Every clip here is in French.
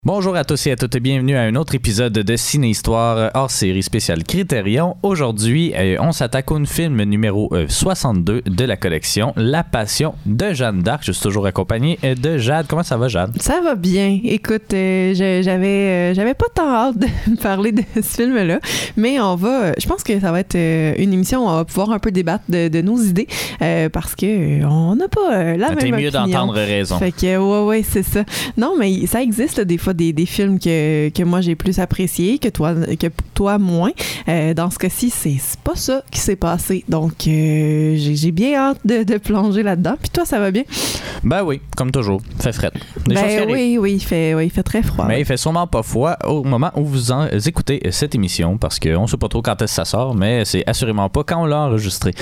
Bonjour à tous et à toutes et bienvenue à un autre épisode de Ciné-Histoire hors série spéciale Criterion. Aujourd'hui, on s'attaque au film numéro 62 de la collection La Passion de Jeanne d'Arc. Je suis toujours accompagné de Jade. Comment ça va, Jade? Ça va bien. Écoute, j'avais pas tant hâte de parler de ce film-là, mais je pense que ça va être une émission où on va pouvoir un peu débattre de nos idées parce que on n'a pas la même opinion. T'es mieux d'entendre raison. Fait que, ouais, c'est ça. Non, mais ça existe des fois des films que moi j'ai plus appréciés, que toi moins. Dans ce cas-ci, c'est pas ça qui s'est passé. Donc, j'ai bien hâte de plonger là-dedans. Puis toi, ça va bien? Ben oui, comme toujours. Il fait frais. Oui, il fait très froid. Mais il fait sûrement pas froid au moment où vous écoutez cette émission, parce qu'on sait pas trop quand est-ce que ça sort, mais c'est assurément pas quand on l'a enregistré.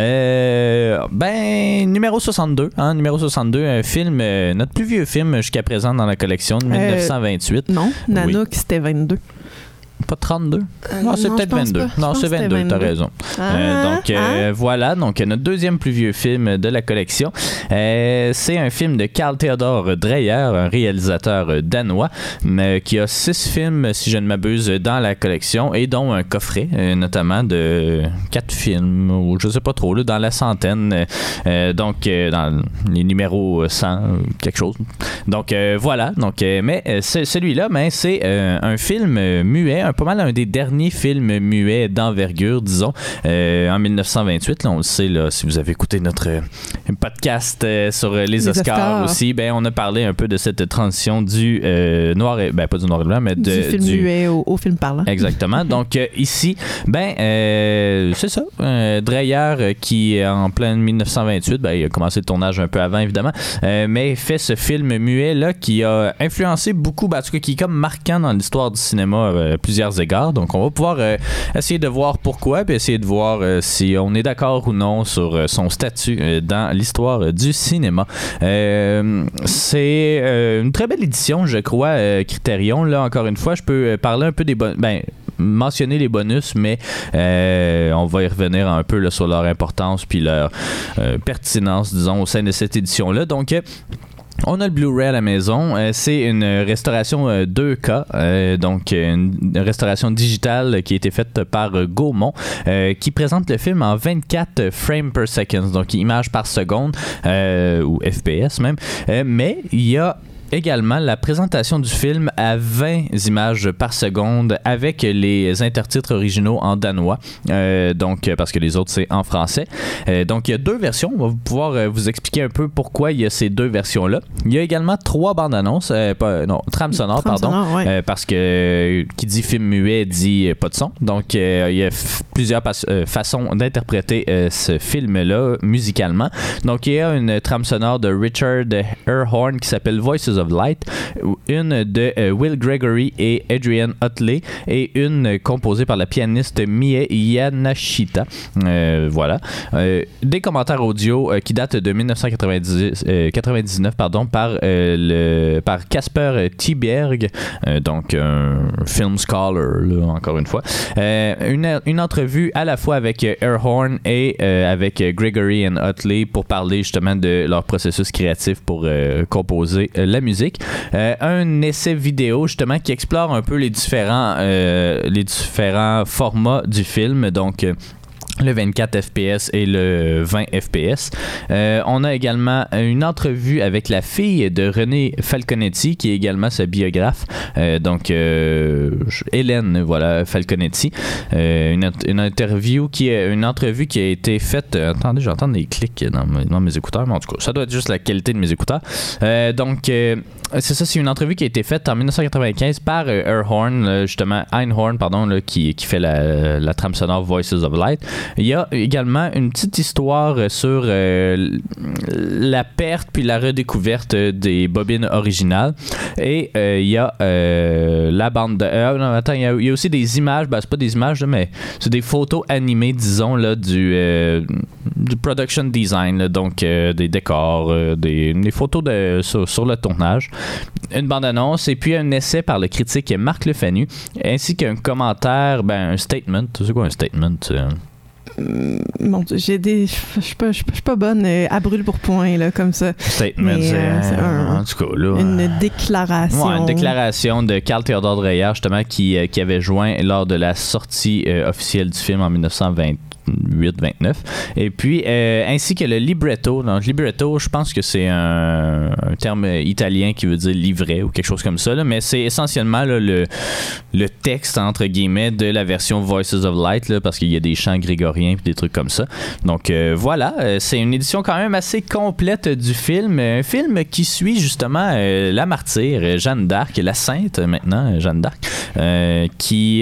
Numéro 62, numéro 62, un film, notre plus vieux film jusqu'à présent dans la collection de 1928. Non, Nanook, c'était 22. Pas 32? Non, c'est peut-être 22. Non, c'est 22, t'as raison. Voilà, donc notre deuxième plus vieux film de la collection. C'est un film de Carl Theodor Dreyer, un réalisateur danois, qui a 6 films, si je ne m'abuse, dans la collection, et dont un coffret, notamment de 4 films, ou je sais pas trop, là, dans la centaine, dans les numéros 100, quelque chose. Donc voilà, mais celui-là, c'est un film muet, pas mal un des derniers films muets d'envergure, disons, en 1928. Là, on le sait, là, si vous avez écouté notre podcast sur les Oscars aussi, on a parlé un peu de cette transition du noir et... pas du noir et blanc, mais du film muet au film parlant. Exactement. Donc ici, c'est ça. Dreyer, qui en plein 1928, il a commencé le tournage un peu avant, évidemment, mais fait ce film muet-là qui a influencé beaucoup, en tout cas, qui est comme marquant dans l'histoire du cinéma plusieurs égards. Donc, on va pouvoir essayer de voir pourquoi, puis essayer de voir si on est d'accord ou non sur son statut dans l'histoire du cinéma. C'est une très belle édition, je crois, Criterion. Là, encore une fois, je peux parler un peu des mentionner les bonus, mais on va y revenir un peu là, sur leur importance puis leur pertinence, disons, au sein de cette édition-là. Donc, on a le Blu-ray à la maison. C'est une restauration 2K, donc une restauration digitale qui a été faite par Gaumont, qui présente le film en 24 frames per second, donc images par seconde, ou FPS même. Mais il y a également la présentation du film à 20 images par seconde avec les intertitres originaux en danois, donc parce que les autres c'est en français. Donc il y a 2 versions. On va pouvoir vous expliquer un peu pourquoi il y a ces 2 versions-là. Il y a également 3 bandes-annonces, trame sonore, ouais. Parce que qui dit film muet dit pas de son. Donc il y a plusieurs façons d'interpréter ce film-là musicalement. Donc il y a une trame sonore de Richard Erhorn qui s'appelle Voices of Light, une de Will Gregory et Adrian Utley et une composée par la pianiste Mie Yanashita. Voilà. Des commentaires audio qui datent de 1999 par Casper Tieberg, donc un film scholar là, encore une fois. Une entrevue à la fois avec Erhorn et avec Gregory and Utley pour parler justement de leur processus créatif pour composer la musique. Un essai vidéo justement qui explore un peu les différents formats du film, donc le 24 FPS et le 20 FPS. On a également une entrevue avec la fille de René Falconetti, qui est également sa biographe. Donc, Hélène, voilà, Falconetti. Une entrevue qui a été faite... attendez, j'entends des clics dans mes écouteurs, mais en tout cas, ça doit être juste la qualité de mes écouteurs. C'est ça, c'est une entrevue qui a été faite en 1995 par Einhorn, qui fait la trame sonore Voices of Light. Il y a également une petite histoire sur la perte puis la redécouverte des bobines originales. Et il y a la bande de... il y a aussi des images, c'est pas des images, mais c'est des photos animées, disons, là, du production design, là, donc des décors, des photos sur le tournage. Une bande-annonce et puis un essai par le critique Marc Lefanu, ainsi qu'un commentaire, un statement. Tu sais quoi un statement? Bon, je suis pas bonne à brûle pour point, là, comme ça. Statement, en tout cas, là. Une déclaration. Ouais, une déclaration de Carl Theodor Dreyer, justement, qui avait joint lors de la sortie officielle du film en 1928-29. Et puis, ainsi que le libretto. Donc, libretto, je pense que c'est un terme italien qui veut dire livret ou quelque chose comme ça, là, mais c'est essentiellement là, le texte, entre guillemets, de la version Voices of Light, là, parce qu'il y a des chants grégoriens et des trucs comme ça. Donc, voilà, c'est une édition quand même assez complète du film. Un film qui suit justement la martyre, Jeanne d'Arc, la sainte maintenant, Jeanne d'Arc, qui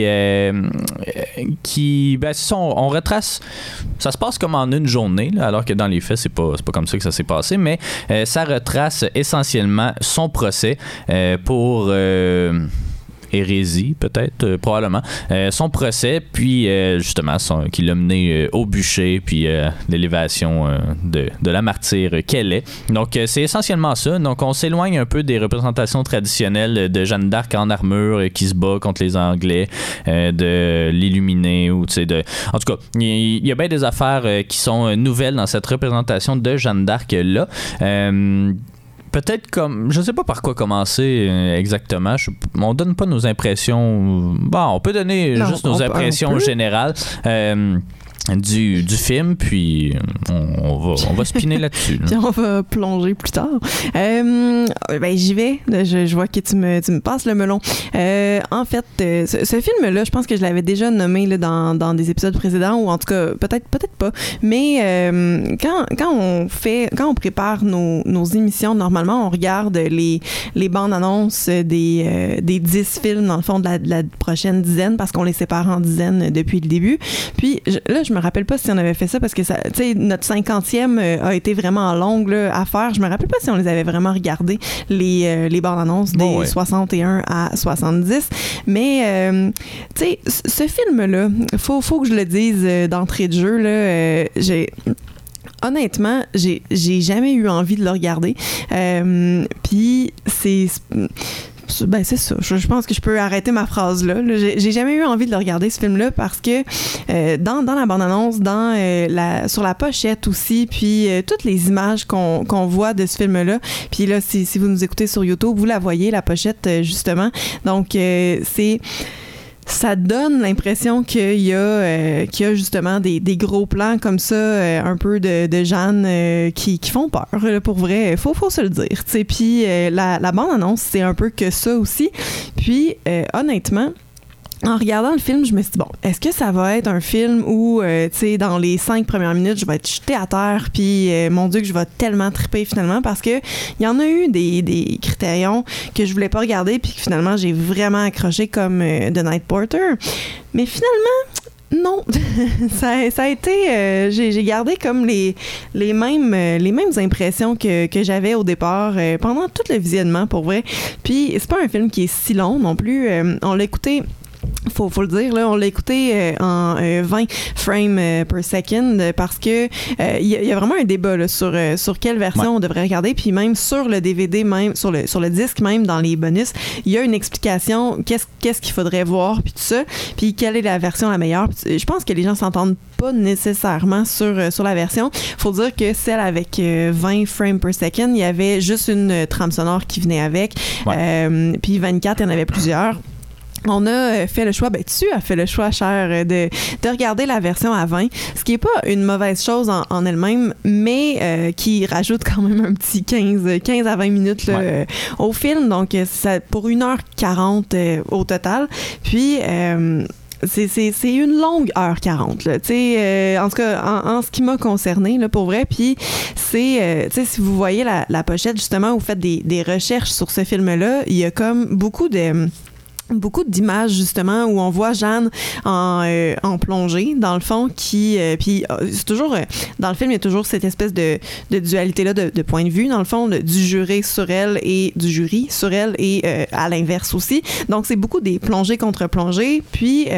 ben, c'est ça, on retrace. Ça se passe comme en une journée, là, alors que dans les faits, c'est pas comme ça que ça s'est passé, mais ça retrace essentiellement son procès pour hérésie, peut-être, probablement. Son procès, puis justement, qui l'a mené au bûcher, puis l'élévation de la martyre qu'elle est. Donc, c'est essentiellement ça. Donc, on s'éloigne un peu des représentations traditionnelles de Jeanne d'Arc en armure qui se bat contre les Anglais, de l'Illuminé, ou tu sais, en tout cas, il y a bien des affaires qui sont nouvelles dans cette représentation de Jeanne d'Arc-là. Peut-être comme... Je sais pas par quoi commencer exactement. On donne pas nos impressions... Bon, on peut donner juste nos impressions générales du film, puis on va spinner là-dessus. Puis on va plonger plus tard. Ben j'y vais. Je vois que tu me passes le melon. En fait, ce film-là, je pense que je l'avais déjà nommé là, dans des épisodes précédents, ou en tout cas, peut-être pas. Mais quand on prépare nos émissions, normalement, on regarde les bandes annonces des 10 films, dans le fond, de la prochaine dizaine, parce qu'on les sépare en dizaines depuis le début. Puis là, je me rappelle pas si on avait fait ça, parce que ça, tu sais, notre 50e a été vraiment longue là, à faire. Je me rappelle pas si on les avait vraiment regardés, les bandes annonces des 61 à 70. Mais, tu sais, ce film-là, faut que je le dise d'entrée de jeu, là, honnêtement, j'ai jamais eu envie de le regarder. Puis ben c'est ça. Je pense que je peux arrêter ma phrase là. J'ai jamais eu envie de le regarder, ce film-là, parce que dans la bande-annonce, sur la pochette aussi, puis toutes les images qu'on voit de ce film-là, puis là, si vous nous écoutez sur YouTube, vous la voyez, la pochette, justement. Donc, ça donne l'impression qu'il y a justement des gros plans comme ça, un peu de Jeanne qui font peur, là, pour vrai. Faut se le dire. T'sais. Puis la bande-annonce, c'est un peu que ça aussi. Puis honnêtement, en regardant le film, je me suis dit, bon, est-ce que ça va être un film où, tu sais, dans les 5 premières minutes, je vais être jetée à terre, puis mon Dieu, que je vais tellement triper finalement, parce que il y en a eu des critérions que je voulais pas regarder, puis que finalement, j'ai vraiment accroché, comme The Night Porter. Mais finalement, non. ça a été... j'ai gardé comme les mêmes impressions que j'avais au départ pendant tout le visionnement, pour vrai. Puis c'est pas un film qui est si long non plus. On l'a écouté... Faut le dire, là, on l'a écouté en 20 frames per second, parce que il y a vraiment un débat là, sur quelle version on devrait regarder, puis même sur le DVD, même sur le disque, même dans les bonus, il y a une explication qu'est-ce qu'il faudrait voir, puis tout ça, puis quelle est la version la meilleure. Je pense que les gens s'entendent pas nécessairement sur la version. Faut dire que celle avec 20 frames per second, il y avait juste une trame sonore qui venait avec, puis 24, il y en avait plusieurs. On a fait le choix, tu as fait le choix, cher, de regarder la version à 20, ce qui est pas une mauvaise chose en elle-même, mais qui rajoute quand même un petit 15 à 20 minutes là, au film, donc ça, pour 1h40 au total. Puis c'est une longue 1h40 là, tu sais, en tout cas en ce qui m'a concerné là, pour vrai. Puis c'est tu sais, si vous voyez la pochette, justement, vous faites des recherches sur ce film-là, il y a comme beaucoup d'images, justement, où on voit Jeanne en plongée, dans le fond, qui puis c'est toujours dans le film, il y a toujours cette espèce de dualité là de point de vue, dans le fond, du juré sur elle et du jury sur elle, et à l'inverse aussi. Donc c'est beaucoup des plongées contre plongées, puis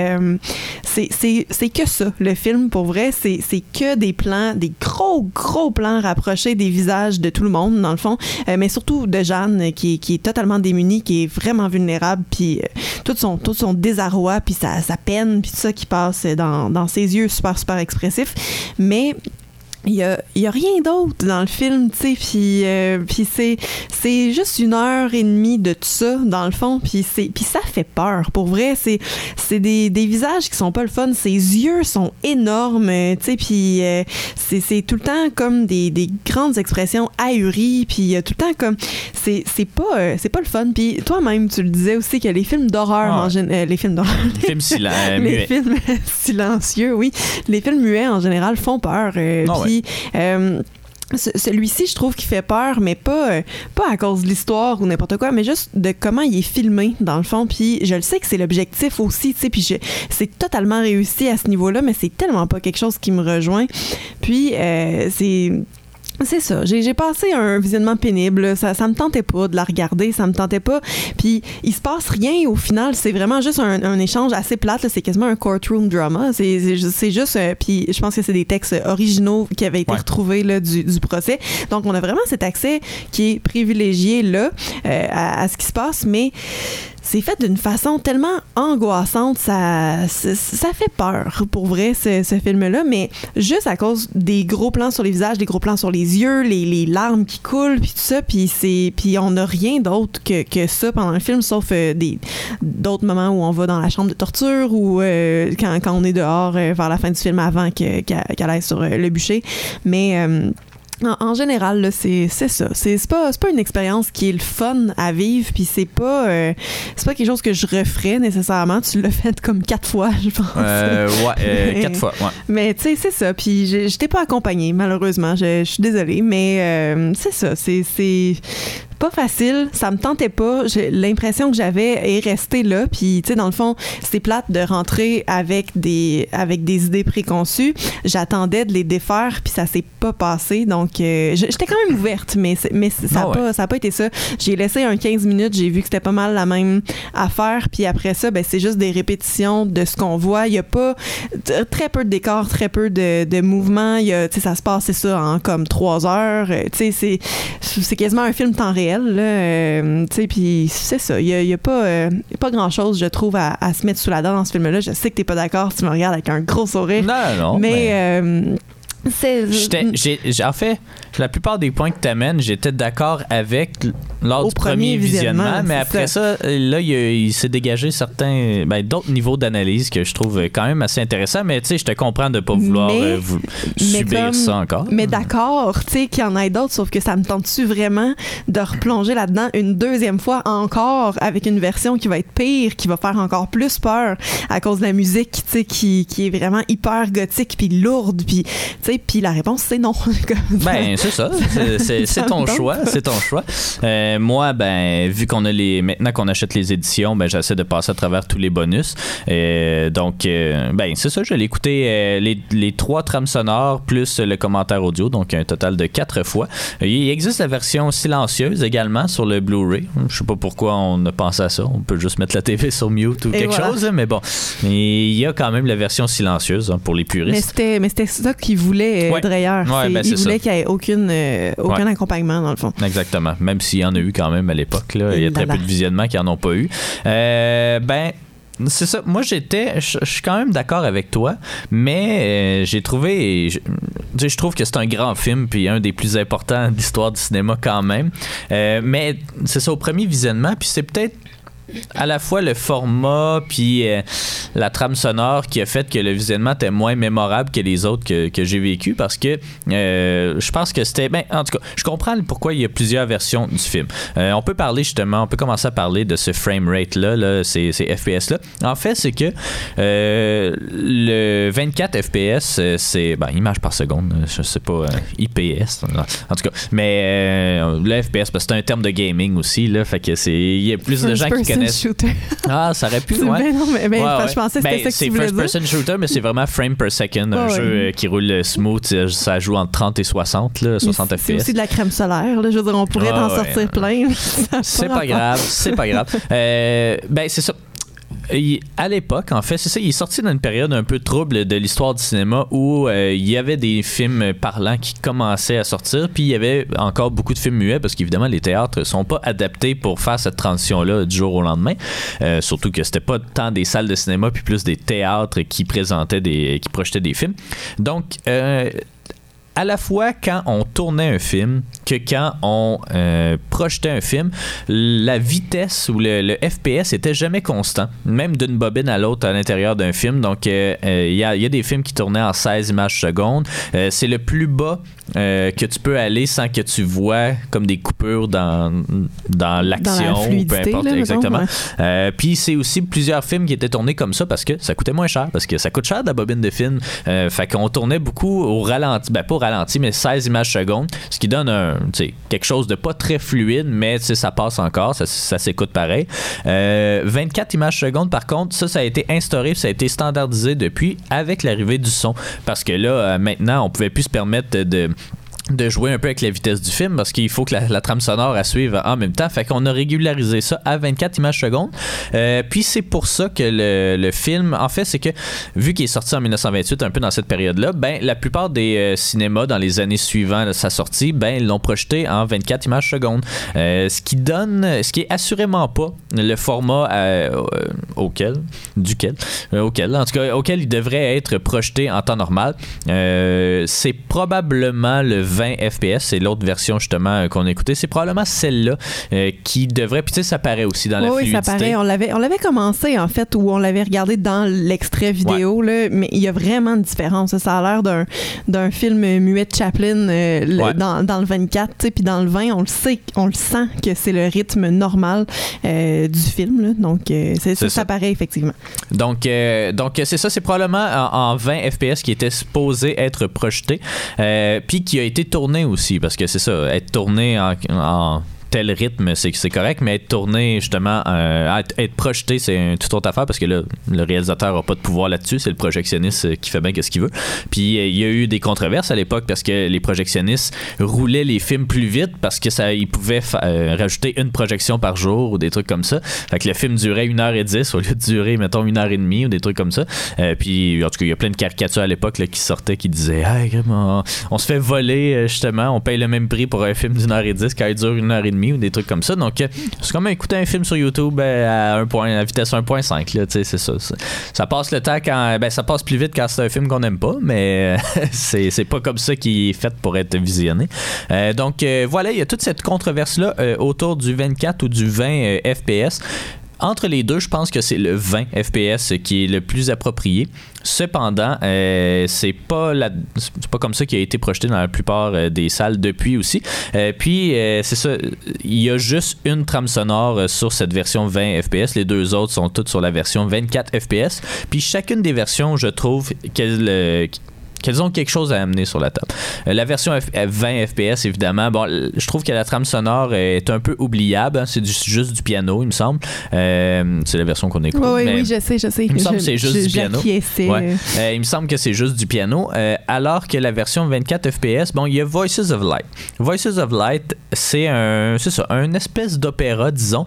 c'est que ça, le film, pour vrai. C'est que des plans, des gros plans rapprochés des visages de tout le monde, dans le fond, mais surtout de Jeanne, qui est totalement démunie, qui est vraiment vulnérable, puis tout son désarroi, puis sa peine, puis tout ça qui passe dans ses yeux super, super expressifs. Mais il y a rien d'autre dans le film, tu sais, puis c'est juste 1h30 de tout ça dans le fond, puis ça fait peur pour vrai. C'est des visages qui sont pas le fun, ses yeux sont énormes, tu sais, puis c'est tout le temps comme des grandes expressions ahuries, puis tout le temps comme c'est pas le fun. Puis toi-même tu le disais aussi que les films d'horreur les films d'horreur, les films silencieux, oui, les films muets en général font peur. Puis celui-ci, je trouve qu'il fait peur, mais pas à cause de l'histoire ou n'importe quoi, mais juste de comment il est filmé, dans le fond. Puis je le sais que c'est l'objectif aussi, tu sais, puis c'est totalement réussi à ce niveau-là, mais c'est tellement pas quelque chose qui me rejoint. Puis c'est ça. J'ai passé un visionnement pénible. Ça me tentait pas de la regarder. Ça me tentait pas. Puis il se passe rien au final. C'est vraiment juste un échange assez plate. Là. C'est quasiment un courtroom drama. C'est juste... puis je pense que c'est des textes originaux qui avaient été retrouvés là, du procès. Donc on a vraiment cet accès qui est privilégié là à ce qui se passe. Mais c'est fait d'une façon tellement angoissante, ça fait peur, pour vrai, ce film-là, mais juste à cause des gros plans sur les visages, des gros plans sur les yeux, les larmes qui coulent, puis tout ça, puis on n'a rien d'autre que ça pendant le film, sauf d'autres moments où on va dans la chambre de torture ou quand on est dehors vers la fin du film avant qu'elle aille sur le bûcher, mais... En général, là, c'est ça. C'est pas une expérience qui est le fun à vivre, puis c'est pas quelque chose que je referais nécessairement. Tu l'as fait comme 4 fois, je pense. 4 fois, ouais. Mais tu sais, c'est ça. Puis je t'ai pas accompagnée, malheureusement. Je suis désolée, mais c'est ça. C'est pas facile, ça me tentait pas. L'impression que j'avais est restée là. Puis, tu sais, dans le fond, c'est plate de rentrer avec des idées préconçues. J'attendais de les défaire, puis ça s'est pas passé. Donc, j'étais quand même ouverte, mais ça a pas été ça. J'ai laissé un 15 minutes, j'ai vu que c'était pas mal la même affaire. Puis après ça, ben c'est juste des répétitions de ce qu'on voit. Il y a pas très peu de décors, très peu de mouvements. Tu sais, ça se passe, c'est ça, en comme 3 heures. Tu sais, c'est quasiment un film temps réel. Puis c'est ça, il y a pas grand-chose, je trouve, à se mettre sous la dent dans ce film-là. Je sais que t'es pas d'accord, tu me regardes avec un gros sourire. Non, mais en fait, la plupart des points que tu amènes, j'étais d'accord avec lors du premier visionnement, mais après ça, là, il s'est dégagé d'autres niveaux d'analyse que je trouve quand même assez intéressants, mais tu sais, je te comprends de pas vouloir subir ça encore. Mais d'accord, tu sais, qu'il y en ait d'autres, sauf que ça me tente-tu vraiment de replonger là-dedans une deuxième fois encore avec une version qui va être pire, qui va faire encore plus peur à cause de la musique, tu sais, qui est vraiment hyper gothique puis lourde, puis tu sais, puis la réponse, c'est non. Ben, c'est ça. C'est ton choix. C'est ton choix. Moi, ben, vu qu'on a maintenant qu'on achète les éditions, ben, j'essaie de passer à travers tous les bonus. Donc, ben, c'est ça. Je l'ai écouté les 3 trames sonores plus le commentaire audio, donc un total de 4 fois. Il existe la version silencieuse également sur le Blu-ray. Je sais pas pourquoi on a pensé à ça. On peut juste mettre la TV sur mute ou quelque chose, mais bon. Mais il y a quand même la version silencieuse pour les puristes. Mais c'était ça qu'ils voulaient Dreyer. Il voulait qu'il n'y ait aucun accompagnement, dans le fond. Exactement. Même s'il y en a eu quand même à l'époque. Là. Il y a très peu de visionnements qui n'en ont pas eu. Ben... C'est ça. Moi, je suis quand même d'accord avec toi, mais j'ai trouvé... Je trouve que c'est un grand film, puis un des plus importants de l'histoire du cinéma quand même. Mais c'est ça, au premier visionnement, puis c'est peut-être à la fois le format puis la trame sonore qui a fait que le visionnement était moins mémorable que les autres que j'ai vécu, parce que je pense que c'était... Ben, en tout cas, je comprends pourquoi il y a plusieurs versions du film. On peut commencer à parler de ce frame rate là, ces FPS là. En fait, c'est que le 24 FPS, c'est image par seconde, je sais pas, IPS en tout cas, mais le FPS, parce que c'est un terme de gaming aussi là, fait que il y a plus de gens qui connaissent. Shooter. Ah, ça aurait pu, ouais. Non, mais je pensais que c'était ça que tu voulais dire. C'est first person shooter, mais c'est vraiment frame per second, un jeu qui roule smooth, ça joue entre 30 et 60 là, 60 FPS. C'est aussi de la crème solaire là, je veux dire, on pourrait en sortir plein. C'est pas grave. Ben c'est ça. À l'époque, en fait, c'est ça, il est sorti dans une période un peu trouble de l'histoire du cinéma où il y avait des films parlants qui commençaient à sortir, puis il y avait encore beaucoup de films muets parce qu'évidemment, les théâtres sont pas adaptés pour faire cette transition-là du jour au lendemain. Surtout que c'était pas tant des salles de cinéma, puis plus des théâtres qui projetaient des films. Donc, à la fois quand on tournait un film que quand on projetait un film, la vitesse ou le FPS était jamais constant, même d'une bobine à l'autre à l'intérieur d'un film. Donc, il y a des films qui tournaient en 16 images secondes. C'est le plus bas que tu peux aller sans que tu vois comme des coupures dans l'action ou peu importe. Là, exactement. Ouais. Puis c'est aussi plusieurs films qui étaient tournés comme ça parce que ça coûtait moins cher, parce que ça coûte cher de la bobine de film. Fait qu'on tournait beaucoup au ralenti, pas au ralenti, mais 16 images secondes, ce qui donne quelque chose de pas très fluide, mais ça passe encore, ça s'écoute pareil. 24 images secondes, par contre, ça a été instauré, ça a été standardisé depuis avec l'arrivée du son, parce que là, maintenant, on pouvait plus se permettre de jouer un peu avec la vitesse du film parce qu'il faut que la trame sonore à suivre en même temps. Fait qu'on a régularisé ça à 24 images secondes. Puis c'est pour ça que le film, en fait, c'est que vu qu'il est sorti en 1928, un peu dans cette période-là, ben la plupart des cinémas dans les années suivantes de sa sortie, ben ils l'ont projeté en 24 images secondes. Ce qui est assurément pas le format auquel il devrait être projeté en temps normal. C'est probablement le 20 FPS, c'est l'autre version justement qu'on a écoutée. C'est probablement celle-là qui devrait, puis tu sais, ça paraît aussi dans la fluidité. Oui, ça paraît. On l'avait commencé en fait, où on l'avait regardé dans l'extrait vidéo, là, mais il y a vraiment une différence. Ça a l'air d'un film muet de Chaplin dans le 24, tu sais, puis dans le 20, on le sent que c'est le rythme normal du film, là. Donc ça paraît effectivement. Donc c'est ça, c'est probablement en 20 FPS qui était supposé être projeté, puis qui a été tourné aussi, parce que c'est ça, être tourné en tel rythme, c'est correct, mais être tourné justement, être projeté, c'est une toute autre affaire parce que là, le réalisateur n'a pas de pouvoir là-dessus, c'est le projectionniste qui fait bien ce qu'il veut. Puis il y a eu des controverses à l'époque parce que les projectionnistes roulaient les films plus vite parce que ils pouvaient rajouter une projection par jour ou des trucs comme ça. Fait que le film durait 1h10 au lieu de durer, mettons, 1h30 ou des trucs comme ça. Puis en tout cas, il y a plein de caricatures à l'époque là, qui sortaient qui disaient hey, on se fait voler justement, on paye le même prix pour un film d'1h10 quand il dure 1h30 ou des trucs comme ça. Donc, c'est comme écouter un film sur YouTube à vitesse 1.5. Là, c'est ça. Ça passe le temps quand. Ça passe plus vite quand c'est un film qu'on n'aime pas, mais c'est pas comme ça qu'il est fait pour être visionné. Donc, voilà, il y a toute cette controverse-là autour du 24 ou du 20 FPS. Entre les deux, je pense que c'est le 20 FPS qui est le plus approprié. Cependant, c'est pas comme ça qu'il a été projeté dans la plupart des salles depuis aussi. Puis, c'est ça, il y a juste une trame sonore sur cette version 20 FPS. Les deux autres sont toutes sur la version 24 FPS. Puis, chacune des versions, je trouve qu'elles ont quelque chose à amener sur la table. La version 20 FPS, évidemment, bon, je trouve que la trame sonore est un peu oubliable. Hein, c'est juste du piano, il me semble. C'est la version qu'on écoute. Oui, je sais. Il me semble que c'est juste du piano. Ouais. Il me semble que c'est juste du piano. Alors que la version 24 FPS, bon, il y a Voices of Light. Voices of Light, c'est un espèce d'opéra, disons.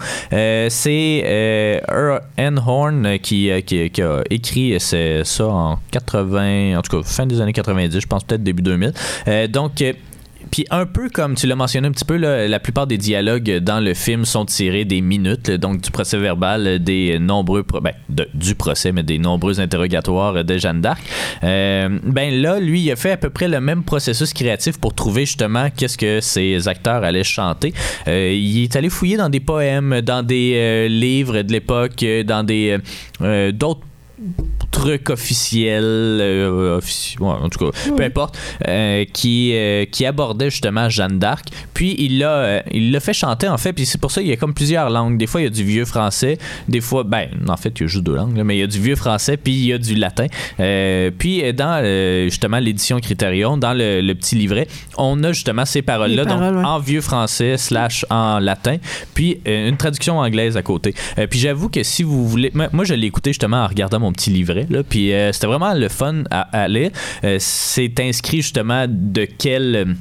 C'est Anne Horn qui a écrit ça en 80, en tout cas, fin des années 90, je pense peut-être début 2000. Puis un peu comme tu l'as mentionné un petit peu, là, la plupart des dialogues dans le film sont tirés des minutes, donc du procès verbal, des nombreux du procès, mais des nombreux interrogatoires de Jeanne d'Arc. Là, lui, il a fait à peu près le même processus créatif pour trouver justement qu'est-ce que ses acteurs allaient chanter. Il est allé fouiller dans des poèmes, dans des livres de l'époque, dans des d'autres truc officiel, en tout cas, peu importe, qui abordait justement Jeanne d'Arc. Puis il l'a fait chanter en fait, puis c'est pour ça qu'il y a comme plusieurs langues. Des fois il y a du vieux français, des fois, en fait il y a juste deux langues, là, mais il y a du vieux français puis il y a du latin. Puis dans justement l'édition Criterion, dans le petit livret, on a justement ces paroles-là, donc en vieux français / en latin, puis une traduction anglaise à côté. Puis j'avoue que si vous voulez, moi je l'ai écouté justement en regardant mon petit livret, là, puis c'était vraiment le fun à lire. C'est inscrit justement de quel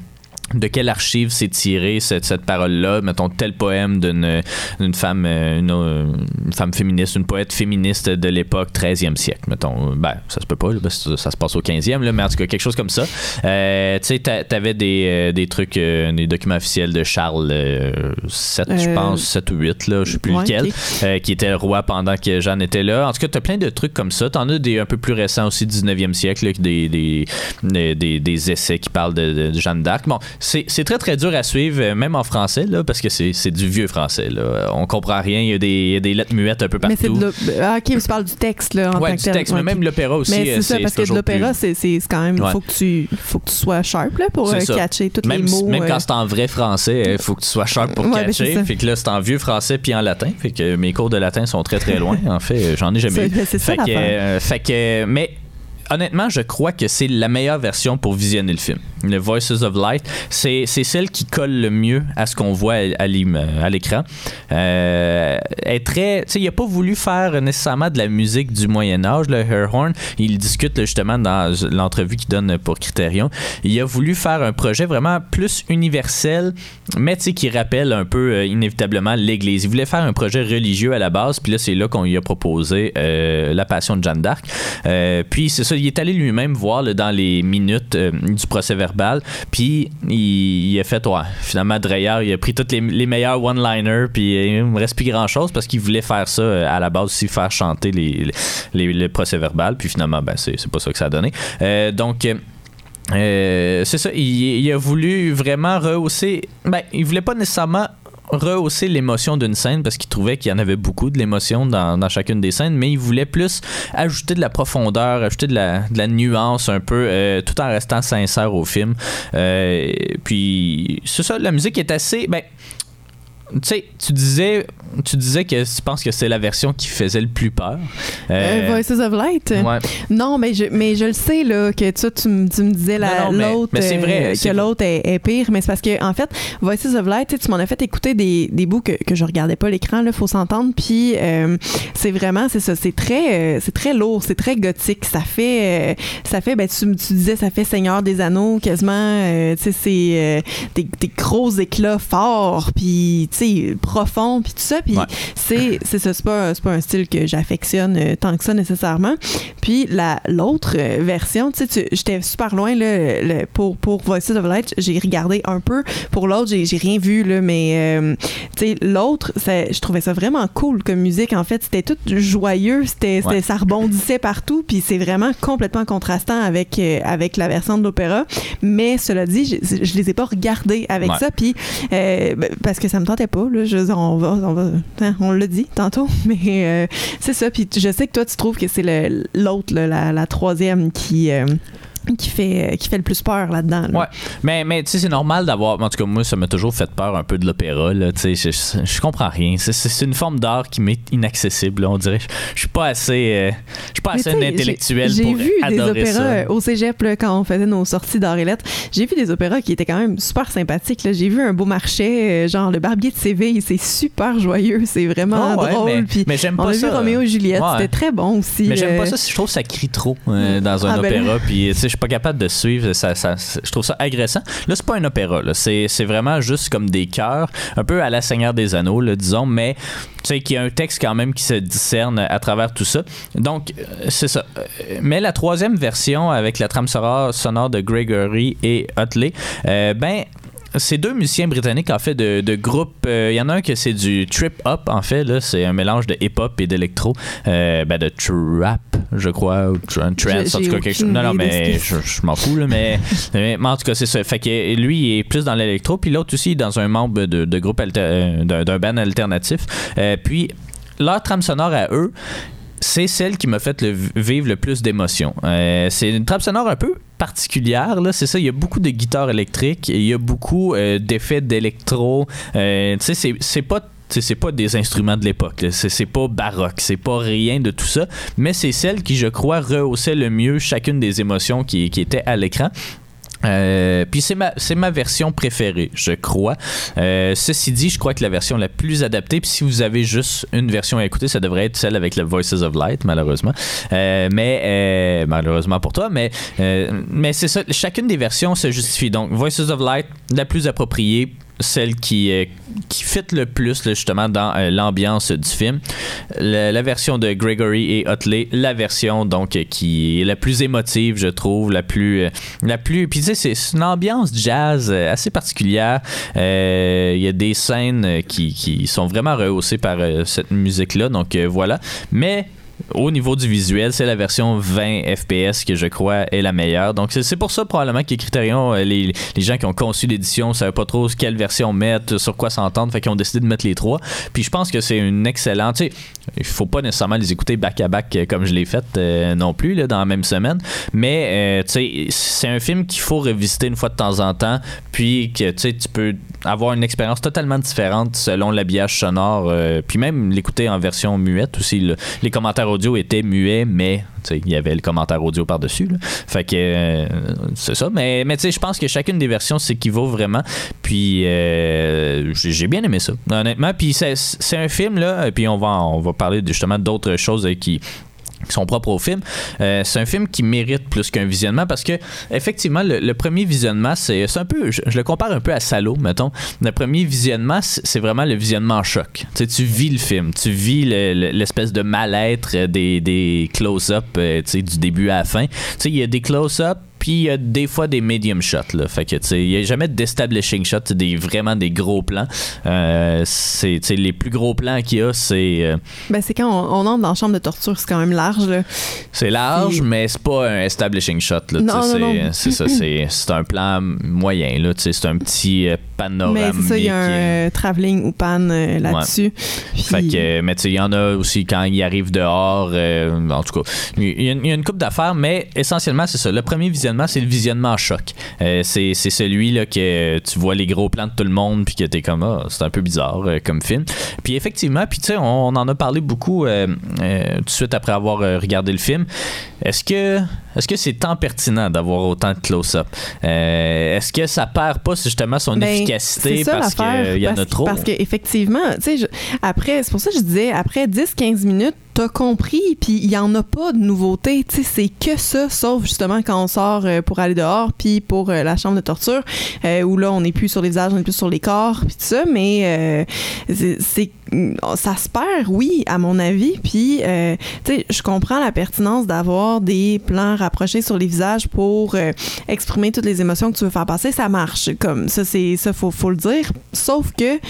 de quelle archive s'est tirée cette parole-là, mettons tel poème d'une femme, une femme féministe, une poète féministe de l'époque 13e siècle, mettons. Ben, ça se peut pas, là, parce que ça se passe au 15e, là, mais en tout cas, quelque chose comme ça. Tu sais, t'avais des trucs, des documents officiels de Charles 7, je pense, 7 ou 8, là, je sais plus lequel, okay. Qui était le roi pendant que Jeanne était là. En tout cas, t'as plein de trucs comme ça. T'en as des un peu plus récents aussi, 19e siècle, là, des essais qui parlent de Jeanne d'Arc. Bon, c'est très très dur à suivre, même en français, là, parce que c'est du vieux français, là. On comprend rien, il y a des lettres muettes un peu partout. Mais ok, tu parles du texte, là, en tant que tel. Du texte, mais même l'opéra aussi. Mais c'est ça, parce que de l'opéra, c'est quand même, ouais. faut que tu sois sharp, là, pour catcher tous les mots. Même quand c'est en vrai français, il faut que tu sois sharp pour catcher. Fait que là, c'est en vieux français puis en latin. Fait que mes cours de latin sont très très loin. En fait, j'en ai jamais eu. C'est ça l'affaire. Mais honnêtement, je crois que c'est la meilleure version pour visionner le film. Le Voices of Light, c'est celle qui colle le mieux à ce qu'on voit à l'écran. Est très, tu sais, il a pas voulu faire nécessairement de la musique du Moyen-Âge, le Herhorn. Il discute là, justement dans l'entrevue qu'il donne pour Criterion. Il a voulu faire un projet vraiment plus universel, mais tu sais, qui rappelle un peu inévitablement l'Église. Il voulait faire un projet religieux à la base, puis là, c'est là qu'on lui a proposé la Passion de Jeanne d'Arc. Puis c'est ça, il est allé lui-même voir là, dans les minutes du procès-verbal, puis il a fait, ouais, finalement, Dreyer, il a pris tous les meilleurs one-liners, puis il me reste plus grand-chose parce qu'il voulait faire ça à la base aussi, faire chanter les procès-verbal, puis finalement, ben, c'est pas ça que ça a donné. Donc, c'est ça, il a voulu vraiment rehausser, ben, il voulait pas nécessairement rehausser l'émotion d'une scène parce qu'il trouvait qu'il y en avait beaucoup de l'émotion dans chacune des scènes, mais il voulait plus ajouter de la profondeur, ajouter de la nuance un peu, tout en restant sincère au film. Puis c'est ça, la musique est assez... Ben, tu sais, tu disais que tu penses que c'est la version qui faisait le plus peur. Voices of Light? Ouais. Non, mais je le sais, là, que tu me disais l'autre, mais c'est vrai, que l'autre est pire, mais c'est parce que, en fait, Voices of Light, tu m'en as fait écouter des bouts que je regardais pas l'écran, là, faut s'entendre, puis c'est vraiment, c'est ça, c'est très lourd, c'est très gothique, ça fait ben, tu disais, ça fait Seigneur des Anneaux, quasiment, tu sais, c'est des gros éclats forts, puis tu sais, profond, puis tout ça, puis c'est ça, c'est pas un style que j'affectionne tant que ça nécessairement. Puis l'autre version, tu sais, j'étais super loin là, pour Voices of Light, j'ai regardé un peu. Pour l'autre, j'ai rien vu là, mais tu sais, l'autre, je trouvais ça vraiment cool comme musique. En fait, c'était tout joyeux, ça rebondissait partout, puis c'est vraiment complètement contrastant avec la version de l'opéra. Mais cela dit, je les ai pas regardés avec ça, puis parce que ça me tentait pas là, on l'a dit tantôt, mais c'est ça. Puis je sais que toi tu trouves que c'est l'autre, la troisième qui fait le plus peur là-dedans. Là. Ouais, mais tu sais, c'est normal d'avoir... En tout cas, moi, ça m'a toujours fait peur un peu de l'opéra, là, tu sais, je comprends rien. C'est une forme d'art qui m'est inaccessible, là, on dirait. Je suis pas assez un intellectuel pour adorer ça. J'ai vu des opéras au cégep, là, quand on faisait nos sorties d'art et lettres. J'ai vu des opéras qui étaient quand même super sympathiques, là. J'ai vu un Beaumarchais, genre Le Barbier de Séville, c'est super joyeux, c'est vraiment drôle. Mais j'aime pas ça. On a vu Roméo et Juliette, c'était très bon aussi. Mais j'aime pas ça, je trouve que ça crie trop dans un opéra, puis tu sais, je suis pas capable de suivre, je trouve ça agressant. Là, c'est pas un opéra, là. C'est vraiment juste comme des chœurs, un peu à la Seigneur des Anneaux, là, disons, mais tu sais qu'il y a un texte quand même qui se discerne à travers tout ça. Donc, c'est ça. Mais la troisième version, avec la trame sonore de Gregory et Utley, c'est deux musiciens britanniques en fait de groupe. Il y en a un que c'est du trip-hop en fait, là, c'est un mélange de hip-hop et d'électro, de trap, je crois, ou trance, en tout cas quelque chose. Non, mais je m'en fous là, mais en tout cas c'est ça. Fait que lui il est plus dans l'électro, puis l'autre aussi dans un membre de groupe d'un band alternatif. Puis leur trame sonore à eux, c'est celle qui m'a fait vivre le plus d'émotions. C'est une trame sonore un peu particulière, là, c'est ça, il y a beaucoup de guitares électriques, il y a beaucoup d'effets d'électro, tu sais, c'est pas des instruments de l'époque, là. C'est pas baroque, c'est pas rien de tout ça, mais c'est celle qui, je crois, rehaussait le mieux chacune des émotions qui étaient à l'écran. Puis c'est ma version préférée, je crois. Ceci dit, je crois que la version la plus adaptée, puis si vous avez juste une version à écouter, ça devrait être celle avec le Voices of Light, malheureusement. Mais malheureusement pour toi, mais c'est ça. Chacune des versions se justifie. Donc, Voices of Light, la plus appropriée, celle qui fit le plus là, justement dans l'ambiance du film. La version de Gregory et Utley, la version donc qui est la plus émotive, je trouve, la plus puis tu sais, c'est une ambiance jazz assez particulière. Il y a des scènes qui sont vraiment rehaussées par cette musique là, donc voilà. Mais au niveau du visuel, c'est la version 20 FPS que je crois est la meilleure. Donc c'est pour ça probablement que Criterion, les gens qui ont conçu l'édition ne savaient pas trop quelle version mettre, sur quoi s'entendre, fait qu'ils ont décidé de mettre les trois. Puis je pense que c'est une excellente, tu sais, il faut pas nécessairement les écouter back à back comme je l'ai fait non plus là, dans la même semaine, mais tu sais, c'est un film qu'il faut revisiter une fois de temps en temps, puis que tu sais, tu peux avoir une expérience totalement différente selon l'habillage sonore, puis même l'écouter en version muette aussi. Les commentaires audio étaient muets, mais il y avait le commentaire audio par-dessus. Là. Fait que c'est ça. Mais tu sais, je pense que chacune des versions s'équivaut vraiment. Puis j'ai bien aimé ça, honnêtement. Puis c'est un film, là, puis on va parler justement d'autres choses qui sont propres au film. C'est un film qui mérite plus qu'un visionnement parce que effectivement le premier visionnement c'est un peu, je le compare un peu à Salo, mettons. Le premier visionnement c'est vraiment le visionnement en choc. Tu sais, tu vis le film, tu vis l'espèce de mal-être des close-up, tu sais, du début à la fin. Tu sais, il y a des close-up, puis il y a des fois des medium shots, là. Fait que, tu sais, il n'y a jamais d'establishing shot, vraiment des gros plans. C'est, tu sais, les plus gros plans qu'il y a, c'est... Ben, c'est quand on entre dans la chambre de torture, c'est quand même large, là. C'est large, mais c'est pas un establishing shot, là. Non. C'est ça, c'est un plan moyen, là. Tu sais, c'est un petit panoramique. Mais c'est ça, il y a un travelling ou pan là-dessus. Ouais. Puis... Fait que, mais tu sais, il y en a aussi quand il arrive dehors. En tout cas, il y a une couple d'affaires, mais essentiellement, c'est ça. Le premier visionnement, c'est le visionnement choc. C'est celui là que tu vois les gros plans de tout le monde puis que t'es comme c'est un peu bizarre comme film. Puis effectivement, puis tu sais, on en a parlé beaucoup tout de suite après avoir regardé le film. Est-ce que c'est tant pertinent d'avoir autant de close-up? Est-ce que ça perd pas justement son efficacité parce qu'il y en a trop? Parce qu'effectivement, tu sais, après, c'est pour ça que je disais, après 10-15 minutes, t'as compris, puis il y en a pas de nouveauté, tu sais, c'est que ça, sauf justement quand on sort pour aller dehors, puis pour la chambre de torture, où là, on n'est plus sur les visages, on est plus sur les corps, puis tout ça, mais ça se perd, oui, à mon avis, puis, tu sais, je comprends la pertinence d'avoir des plans rapprochés sur les visages pour exprimer toutes les émotions que tu veux faire passer, ça marche, comme ça, faut le dire, sauf que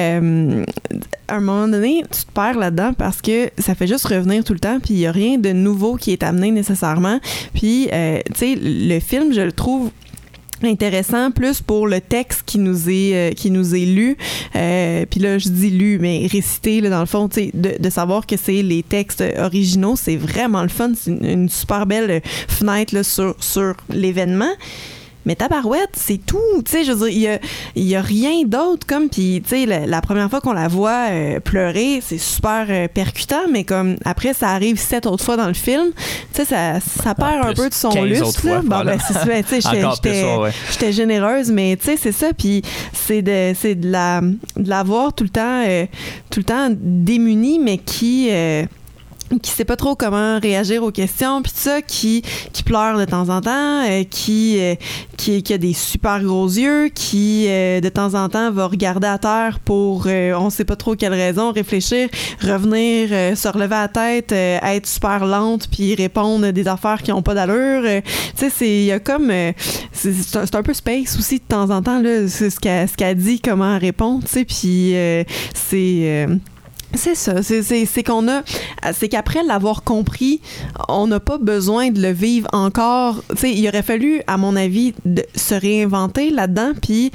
à un moment donné, tu te perds là-dedans parce que ça fait juste revenir tout le temps, puis il n'y a rien de nouveau qui est amené nécessairement. Puis, tu sais, le film, je le trouve intéressant plus pour le texte qui nous est lu, puis là je dis lu mais récité là, dans le fond, tu sais, de savoir que c'est les textes originaux, c'est vraiment le fun, c'est une super belle fenêtre là, sur l'événement. Mais tabarouette, c'est tout. Tu sais, je veux dire, il y a rien d'autre comme, puis tu sais, la première fois qu'on la voit pleurer, c'est super percutant, mais comme après, ça arrive 7 autres fois dans le film, tu sais, ça perd un peu de son lustre. Bon, ben, c'est ça, tu sais, j'étais généreuse, mais tu sais, c'est ça, puis c'est de la voir tout le temps démunie, mais qui sait pas trop comment réagir aux questions, puis tout ça, qui pleure de temps en temps, qui a des super gros yeux, qui de temps en temps va regarder à terre pour on sait pas trop quelle raison, réfléchir, revenir, se relever à la tête, être super lente, puis répondre des affaires qui ont pas d'allure. Tu sais, il y a comme c'est un peu space aussi de temps en temps là, c'est ce qu'elle dit, comment elle répond, tu sais, puis c'est ça, c'est qu'après l'avoir compris, on n'a pas besoin de le vivre encore. Tu sais, il aurait fallu, à mon avis, se réinventer là-dedans, puis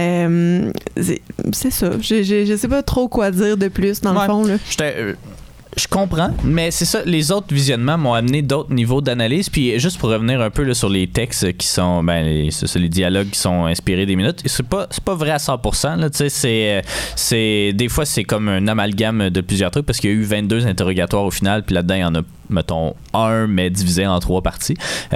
c'est ça. Je sais pas trop quoi dire de plus, dans le fond, là. Je comprends, mais c'est ça, les autres visionnements m'ont amené d'autres niveaux d'analyse, puis juste pour revenir un peu là, sur les textes qui sont, les dialogues qui sont inspirés des minutes, c'est pas vrai à 100%, là, tu sais, c'est des fois c'est comme un amalgame de plusieurs trucs, parce qu'il y a eu 22 interrogatoires au final, puis là-dedans il y en a mettons 1, mais divisé en 3 parties.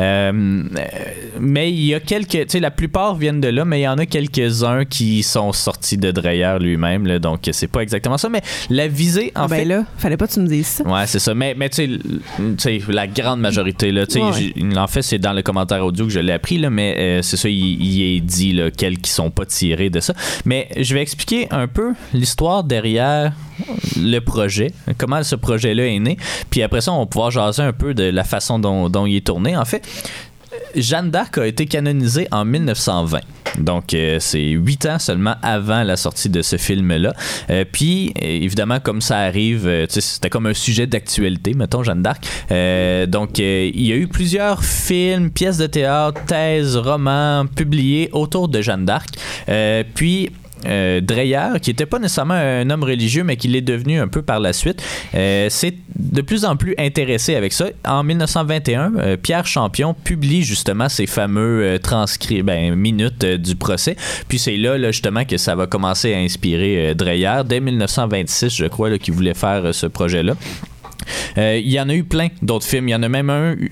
Mais il y a quelques... Tu sais, la plupart viennent de là, mais il y en a quelques-uns qui sont sortis de Dreyer lui-même, là, donc c'est pas exactement ça. Mais la visée, en fait... là, fallait pas que tu me dises ça. Ouais, c'est ça. Mais tu sais, la grande majorité, là, tu sais, en fait, c'est dans le commentaire audio que je l'ai appris, là, mais c'est ça, il est dit, là, quels qui sont pas tirés de ça. Mais je vais expliquer un peu l'histoire derrière le projet, comment ce projet-là est né, puis après ça, on va pouvoir jaser un peu de la façon dont il est tourné. En fait, Jeanne d'Arc a été canonisée en 1920. Donc, c'est 8 ans seulement avant la sortie de ce film-là. Puis, évidemment, comme ça arrive, c'était comme un sujet d'actualité, mettons, Jeanne d'Arc. Donc, il y a eu plusieurs films, pièces de théâtre, thèses, romans publiés autour de Jeanne d'Arc. Puis, Dreyer, qui n'était pas nécessairement un homme religieux, mais qui l'est devenu un peu par la suite, s'est de plus en plus intéressé avec ça. En 1921, Pierre Champion publie justement ces fameux minutes du procès. Puis c'est là justement que ça va commencer à inspirer Dreyer. Dès 1926, je crois, qu'il voulait faire ce projet-là. Il y en a eu plein d'autres films. Il y en a même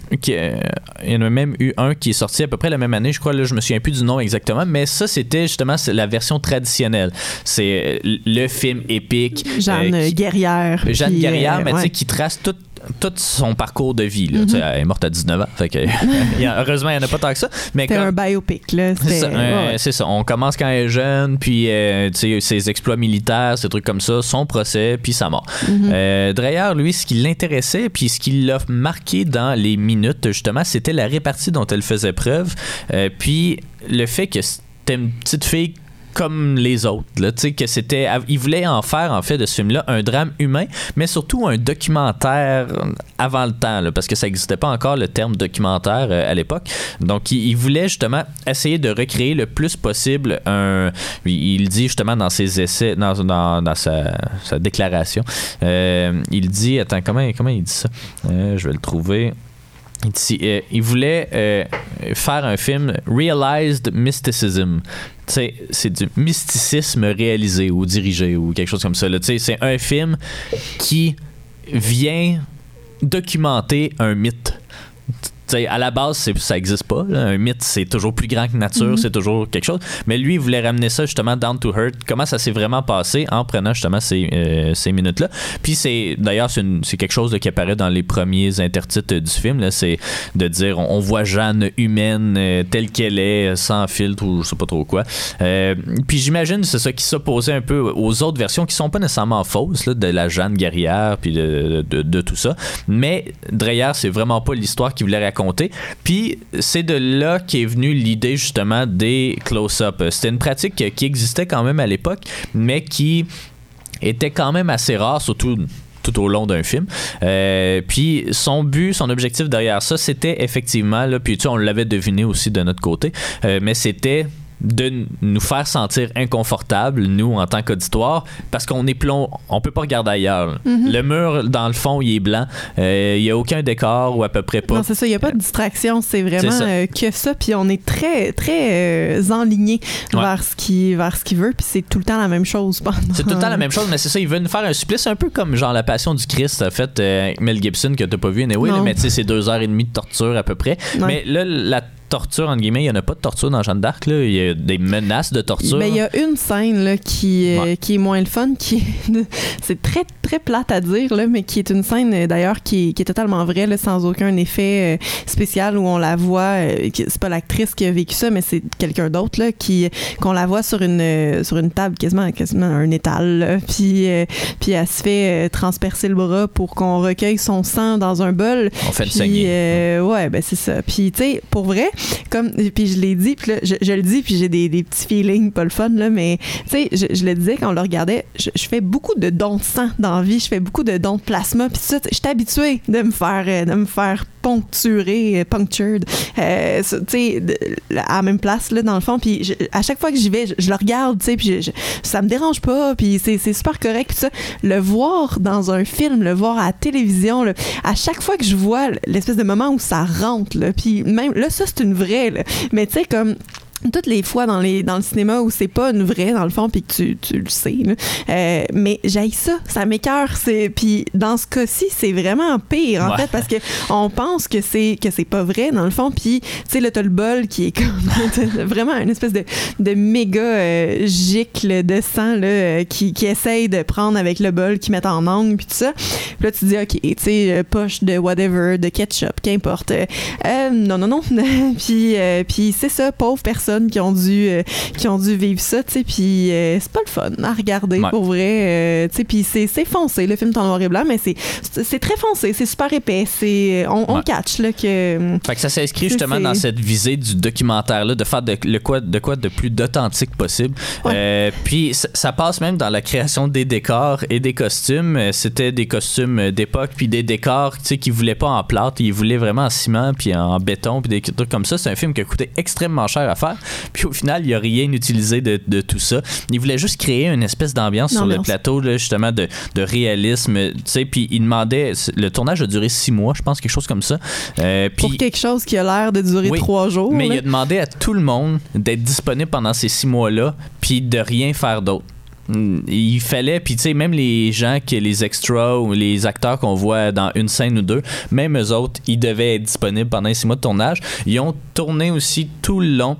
eu un qui est sorti à peu près la même année, je crois. Là, je me souviens plus du nom exactement, mais ça, c'était justement la version traditionnelle. C'est le film épique. Jeanne Guerrière. Jeanne Guerrière, mais tu sais, qui trace tout son parcours de vie. Là. Elle est morte à 19 ans. Fait que, heureusement, il n'y en a pas tant que ça. C'était un biopic. Là. C'est ça. On commence quand elle est jeune, puis ses exploits militaires, ces trucs comme ça, son procès, puis sa mort. Dreyer, lui, ce qui l'intéressait, puis ce qui l'a marqué dans les minutes, justement, c'était la répartie dont elle faisait preuve. Puis le fait que c'était une petite fille comme les autres, là, tu sais, que c'était... Il voulait en faire, en fait, de ce film-là, un drame humain, mais surtout un documentaire avant le temps, là, parce que ça n'existait pas encore, le terme documentaire, à l'époque. Donc, il voulait, justement, essayer de recréer le plus possible il dit, justement, dans ses essais, dans sa déclaration, il dit... Attends, comment il dit ça? Je vais le trouver... Il voulait faire un film Realized Mysticism. T'sais, c'est du mysticisme réalisé ou dirigé ou quelque chose comme ça. Là. C'est un film qui vient documenter un mythe. T'sais, à la base, ça n'existe pas. Là. Un mythe, c'est toujours plus grand que nature, c'est toujours quelque chose. Mais lui, il voulait ramener ça justement down to earth. Comment ça s'est vraiment passé en prenant justement ces minutes-là. Puis d'ailleurs, c'est quelque chose qui apparaît dans les premiers intertitres du film. Là, c'est de dire, on voit Jeanne humaine telle qu'elle est, sans filtre ou je sais pas trop quoi. Puis j'imagine c'est ça qui s'opposait un peu aux autres versions qui sont pas nécessairement fausses, là, de la Jeanne guerrière puis de tout ça. Mais Dreyer, c'est vraiment pas l'histoire qu'il voulait raconter. Puis c'est de là qu'est venue l'idée justement des close-up. C'était une pratique qui existait quand même à l'époque, mais qui était quand même assez rare, surtout tout au long d'un film. Puis son objectif derrière ça, c'était effectivement, là, puis tu sais, on l'avait deviné aussi de notre côté, mais c'était de nous faire sentir inconfortables, nous, en tant qu'auditoire, parce qu'on peut pas regarder ailleurs. Le mur, dans le fond, il est blanc. Il y a aucun décor, ou à peu près pas. Non, c'est ça. Il y a pas de distraction. C'est vraiment que ça. Puis on est très, très enligné vers ce qu'il veut. Puis c'est tout le temps la même chose. C'est tout le temps la même chose, mais c'est ça. Il veut nous faire un supplice un peu comme genre La Passion du Christ, en fait, avec Mel Gibson, que t'as pas vu anyway, là, mais tu sais, c'est 2h30 de torture à peu près. Ouais. Mais là, la torture, entre guillemets, il n'y en a pas de torture dans Jeanne d'Arc, là. Il y a des menaces de torture. Mais il y a une scène là, qui est moins le fun, c'est très, très plate à dire, là, mais qui est une scène d'ailleurs qui est totalement vraie, là, sans aucun effet spécial, où on la voit, c'est pas l'actrice qui a vécu ça, mais c'est quelqu'un d'autre là, qu'on la voit sur une table, quasiment un étal, là, puis elle se fait transpercer le bras pour qu'on recueille son sang dans un bol. On fait le saigner. Ouais, ben c'est ça. Puis tu sais, pour vrai, puis je l'ai dit, puis là, je le dis, puis j'ai des petits feelings pas le fun, là, mais tu sais, je le disais quand on le regardait, je fais beaucoup de dons de sang dans la vie, je fais beaucoup de dons de plasma, puis ça, je suis habituée de me faire punctured, tu sais, à la même place, là, dans le fond, puis à chaque fois que j'y vais, je le regarde, tu sais, puis ça me dérange pas, puis c'est super correct, puis ça, le voir dans un film, le voir à la télévision, là, à chaque fois que je vois l'espèce de moment où ça rentre, là, puis même, là, ça, c'est une vraie, là, mais tu sais, comme toutes les fois dans le cinéma où c'est pas une vraie dans le fond puis que tu le sais là. Mais j'haïs ça m'écoeure. Puis dans ce cas-ci c'est vraiment pire en fait parce que on pense que c'est pas vrai dans le fond puis tu sais là t'as le bol qui est comme vraiment une espèce de méga gicle de sang là qui essaye de prendre avec le bol qui met en angle puis tout ça. Puis là tu te dis ok tu sais poche de whatever de ketchup qu'importe non puis c'est ça pauvre personne qui ont dû vivre ça, tu sais, puis c'est pas le fun à regarder pour vrai, tu sais, puis c'est foncé, le film est en noir et blanc, mais c'est très foncé, c'est super épais, on catch là que. Fait que ça s'inscrit justement dans cette visée du documentaire là, de faire de quoi de plus d'authentique possible. Puis ça passe même dans la création des décors et des costumes. C'était des costumes d'époque puis des décors, tu sais, qu'ils voulaient pas en plâtre, ils voulaient vraiment en ciment puis en béton puis des trucs comme ça. C'est un film qui a coûté extrêmement cher à faire. Puis au final, il n'y a rien utilisé de tout ça. Il voulait juste créer une espèce d'ambiance sur le plateau, là, justement, de réalisme. Tu sais, puis il demandait... Le tournage a duré 6 mois, je pense, quelque chose comme ça. Pour quelque chose qui a l'air de durer 3 jours. Mais là. il a demandé à tout le monde d'être disponible pendant ces 6 mois-là, puis de rien faire d'autre. Il fallait, puis tu sais, même les gens, les extras ou les acteurs qu'on voit dans une scène ou deux, même eux autres, ils devaient être disponibles pendant 6 mois de tournage. Ils ont tourné aussi tout le long.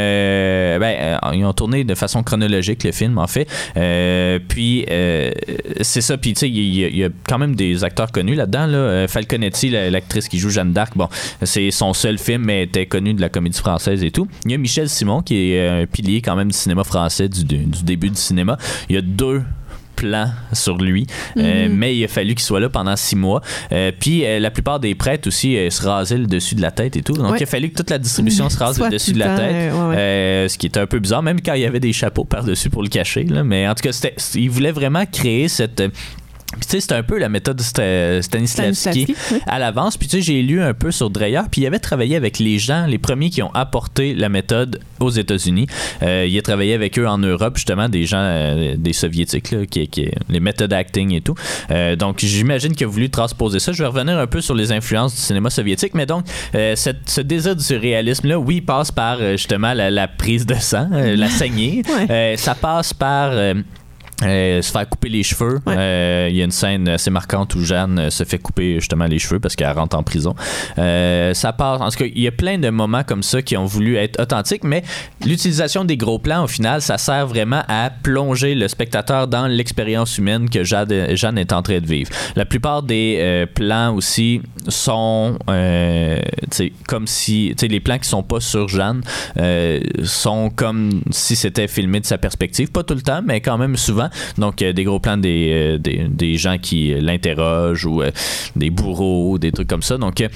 Ils ont tourné de façon chronologique le film, en fait. Puis c'est ça, puis tu sais, il y a quand même des acteurs connus là-dedans. Là. Falconetti, l'actrice qui joue Jeanne d'Arc, bon, c'est son seul film, mais elle était connue de la comédie française et tout. Il y a Michel Simon, qui est un pilier quand même du cinéma français, du début du cinéma. Il y a 2 plans sur lui, mais il a fallu qu'il soit là pendant 6 mois. Puis la plupart des prêtres aussi se rasaient le dessus de la tête et tout. Donc il a fallu que toute la distribution se rase le dessus de la tête, ce qui était un peu bizarre, même quand il y avait des chapeaux par-dessus pour le cacher. Là. Mais en tout cas, il voulait vraiment créer cette... Puis tu sais, c'était un peu la méthode Stanislavski à l'avance. Puis tu sais, j'ai lu un peu sur Dreyer, puis il avait travaillé avec les premiers qui ont apporté la méthode aux États-Unis. Il a travaillé avec eux en Europe, justement, des gens, des soviétiques, là, qui les méthodes acting et tout. Donc j'imagine qu'il a voulu transposer ça. Je vais revenir un peu sur les influences du cinéma soviétique, mais donc ce désir du surréalisme-là, oui, passe par justement la prise de sang, la saignée. Ça passe par... se faire couper les cheveux. Il y a une scène assez marquante où Jeanne se fait couper justement les cheveux parce qu'elle rentre en prison. Ça part. En tout cas, il y a plein de moments comme ça qui ont voulu être authentiques, mais l'utilisation des gros plans, au final, ça sert vraiment à plonger le spectateur dans l'expérience humaine que Jeanne est en train de vivre. La plupart des plans aussi sont comme si les plans qui sont pas sur Jeanne sont comme si c'était filmé de sa perspective. Pas tout le temps, mais quand même souvent. Donc, des gros plans des gens qui l'interrogent ou des bourreaux, des trucs comme ça. Donc,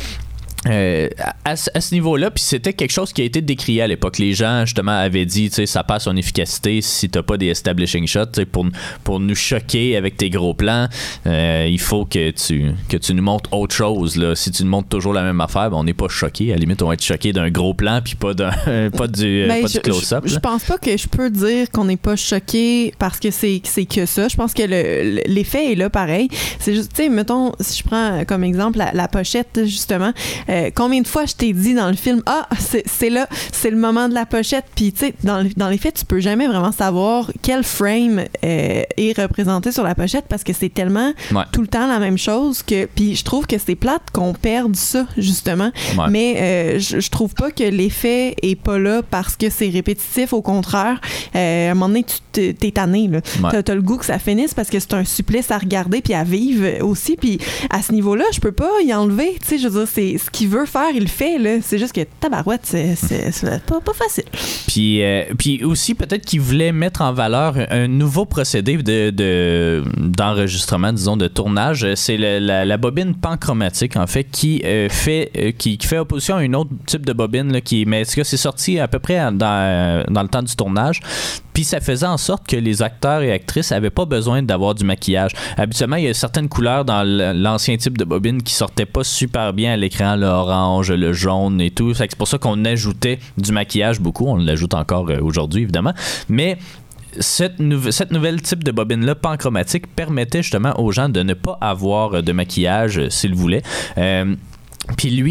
à ce niveau-là, puis c'était quelque chose qui a été décrié à l'époque. Les gens justement avaient dit, tu sais, ça perd son efficacité si t'as pas des establishing shots, tu sais, pour nous choquer avec tes gros plans. Il faut que tu nous montres autre chose là. Si tu nous montres toujours la même affaire, ben on n'est pas choqué. À la limite, on va être choqué d'un gros plan puis pas du close-up. Je pense pas que je peux dire qu'on n'est pas choqué parce que c'est que ça. Je pense que l'effet est là pareil. C'est juste, tu sais, mettons, si je prends comme exemple la pochette justement. Combien de fois je t'ai dit dans le film c'est là, c'est le moment de la pochette, puis tu sais dans les faits tu peux jamais vraiment savoir quel frame est représenté sur la pochette parce que c'est tellement tout le temps la même chose que puis je trouve que c'est plate qu'on perde ça justement, mais je trouve pas que l'effet est pas là parce que c'est répétitif, au contraire à un moment donné t'es tanné là. T'as le goût que ça finisse parce que c'est un supplice à regarder puis à vivre aussi, puis à ce niveau-là je peux pas y enlever, tu sais, je veux dire c'est ce qu'il veut faire, il le fait là. C'est juste que tabarouette, c'est pas facile. Puis aussi peut-être qu'il voulait mettre en valeur un nouveau procédé d'enregistrement, disons, de tournage. C'est la bobine panchromatique en fait qui fait opposition à un autre type de bobine là, mais c'est sorti à peu près dans le temps du tournage. Puis ça faisait en sorte que les acteurs et actrices avaient pas besoin d'avoir du maquillage. Habituellement, il y a certaines couleurs dans l'ancien type de bobine qui sortaient pas super bien à l'écran, l'orange, le jaune et tout. C'est pour ça qu'on ajoutait du maquillage beaucoup. On l'ajoute encore aujourd'hui, évidemment. Mais cette nouvelle type de bobine-là, panchromatique, permettait justement aux gens de ne pas avoir de maquillage s'ils voulaient. Puis lui...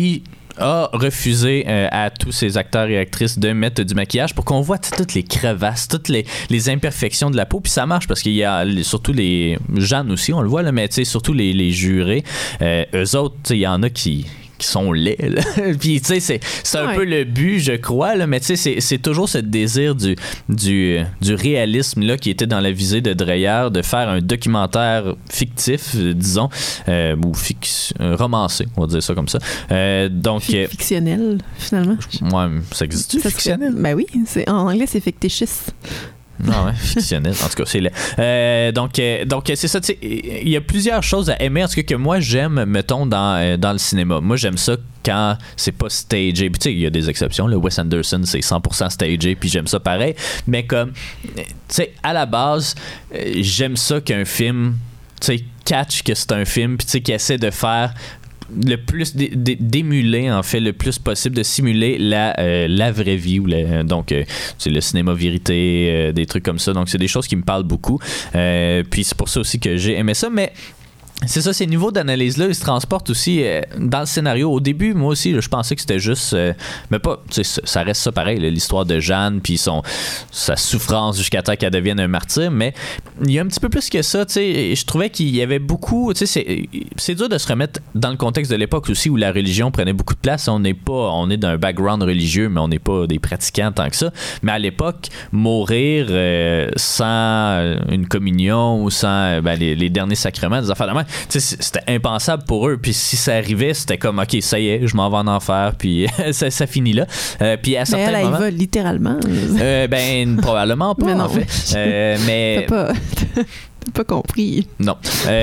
a refusé à tous ses acteurs et actrices de mettre du maquillage pour qu'on voit toutes les crevasses, toutes les imperfections de la peau. Puis ça marche parce qu'il y a surtout les Jeanne aussi, on le voit, là, mais surtout les jurés. Eux autres, il y en a qui sont laids. Puis tu sais, c'est un peu le but, je crois, là, mais tu sais, c'est toujours ce désir du réalisme là, qui était dans la visée de Dreyer, de faire un documentaire fictif, disons, ou romancé, on va dire ça comme ça. Donc fictionnel, finalement. Ouais, ça existe-tu, fictionnel? Ben oui, en anglais, c'est fictitious. Non, ouais, fictionnel. En tout cas, c'est donc c'est ça. Il y a plusieurs choses à aimer. En tout cas, que moi, j'aime, mettons, dans le cinéma. Moi, j'aime ça quand c'est pas stagé. Puis, tu sais, il y a des exceptions. Le Wes Anderson, c'est 100% stagé. Puis, j'aime ça pareil. Mais comme, tu sais, à la base, j'aime ça qu'un film, tu sais, catch que c'est un film. Puis, tu sais, qu'il essaie de faire le plus d'émuler en fait le plus possible, de simuler la vraie vie ou donc c'est le cinéma vérité, des trucs comme ça. Donc c'est des choses qui me parlent beaucoup, puis c'est pour ça aussi que j'ai aimé ça. Mais c'est ça, ces niveaux d'analyse-là, ils se transportent aussi dans le scénario. Au début, moi aussi, je pensais que c'était juste... mais pas... Tu sais, ça reste ça pareil, l'histoire de Jeanne, puis sa souffrance jusqu'à temps qu'elle devienne un martyr. Mais il y a un petit peu plus que ça, tu sais. Je trouvais qu'il y avait beaucoup... Tu sais, c'est dur de se remettre dans le contexte de l'époque aussi où la religion prenait beaucoup de place. On est d'un background religieux, mais on n'est pas des pratiquants tant que ça. Mais à l'époque, mourir sans une communion ou sans les derniers sacrements, des affaires de même, c'était impensable pour eux. Puis si ça arrivait, c'était comme OK, ça y est, je m'en vais en enfer, puis ça finit là. Puis à certains moments, elle va littéralement. Probablement pas, mais non, en fait. Mais T'as pas compris. Non.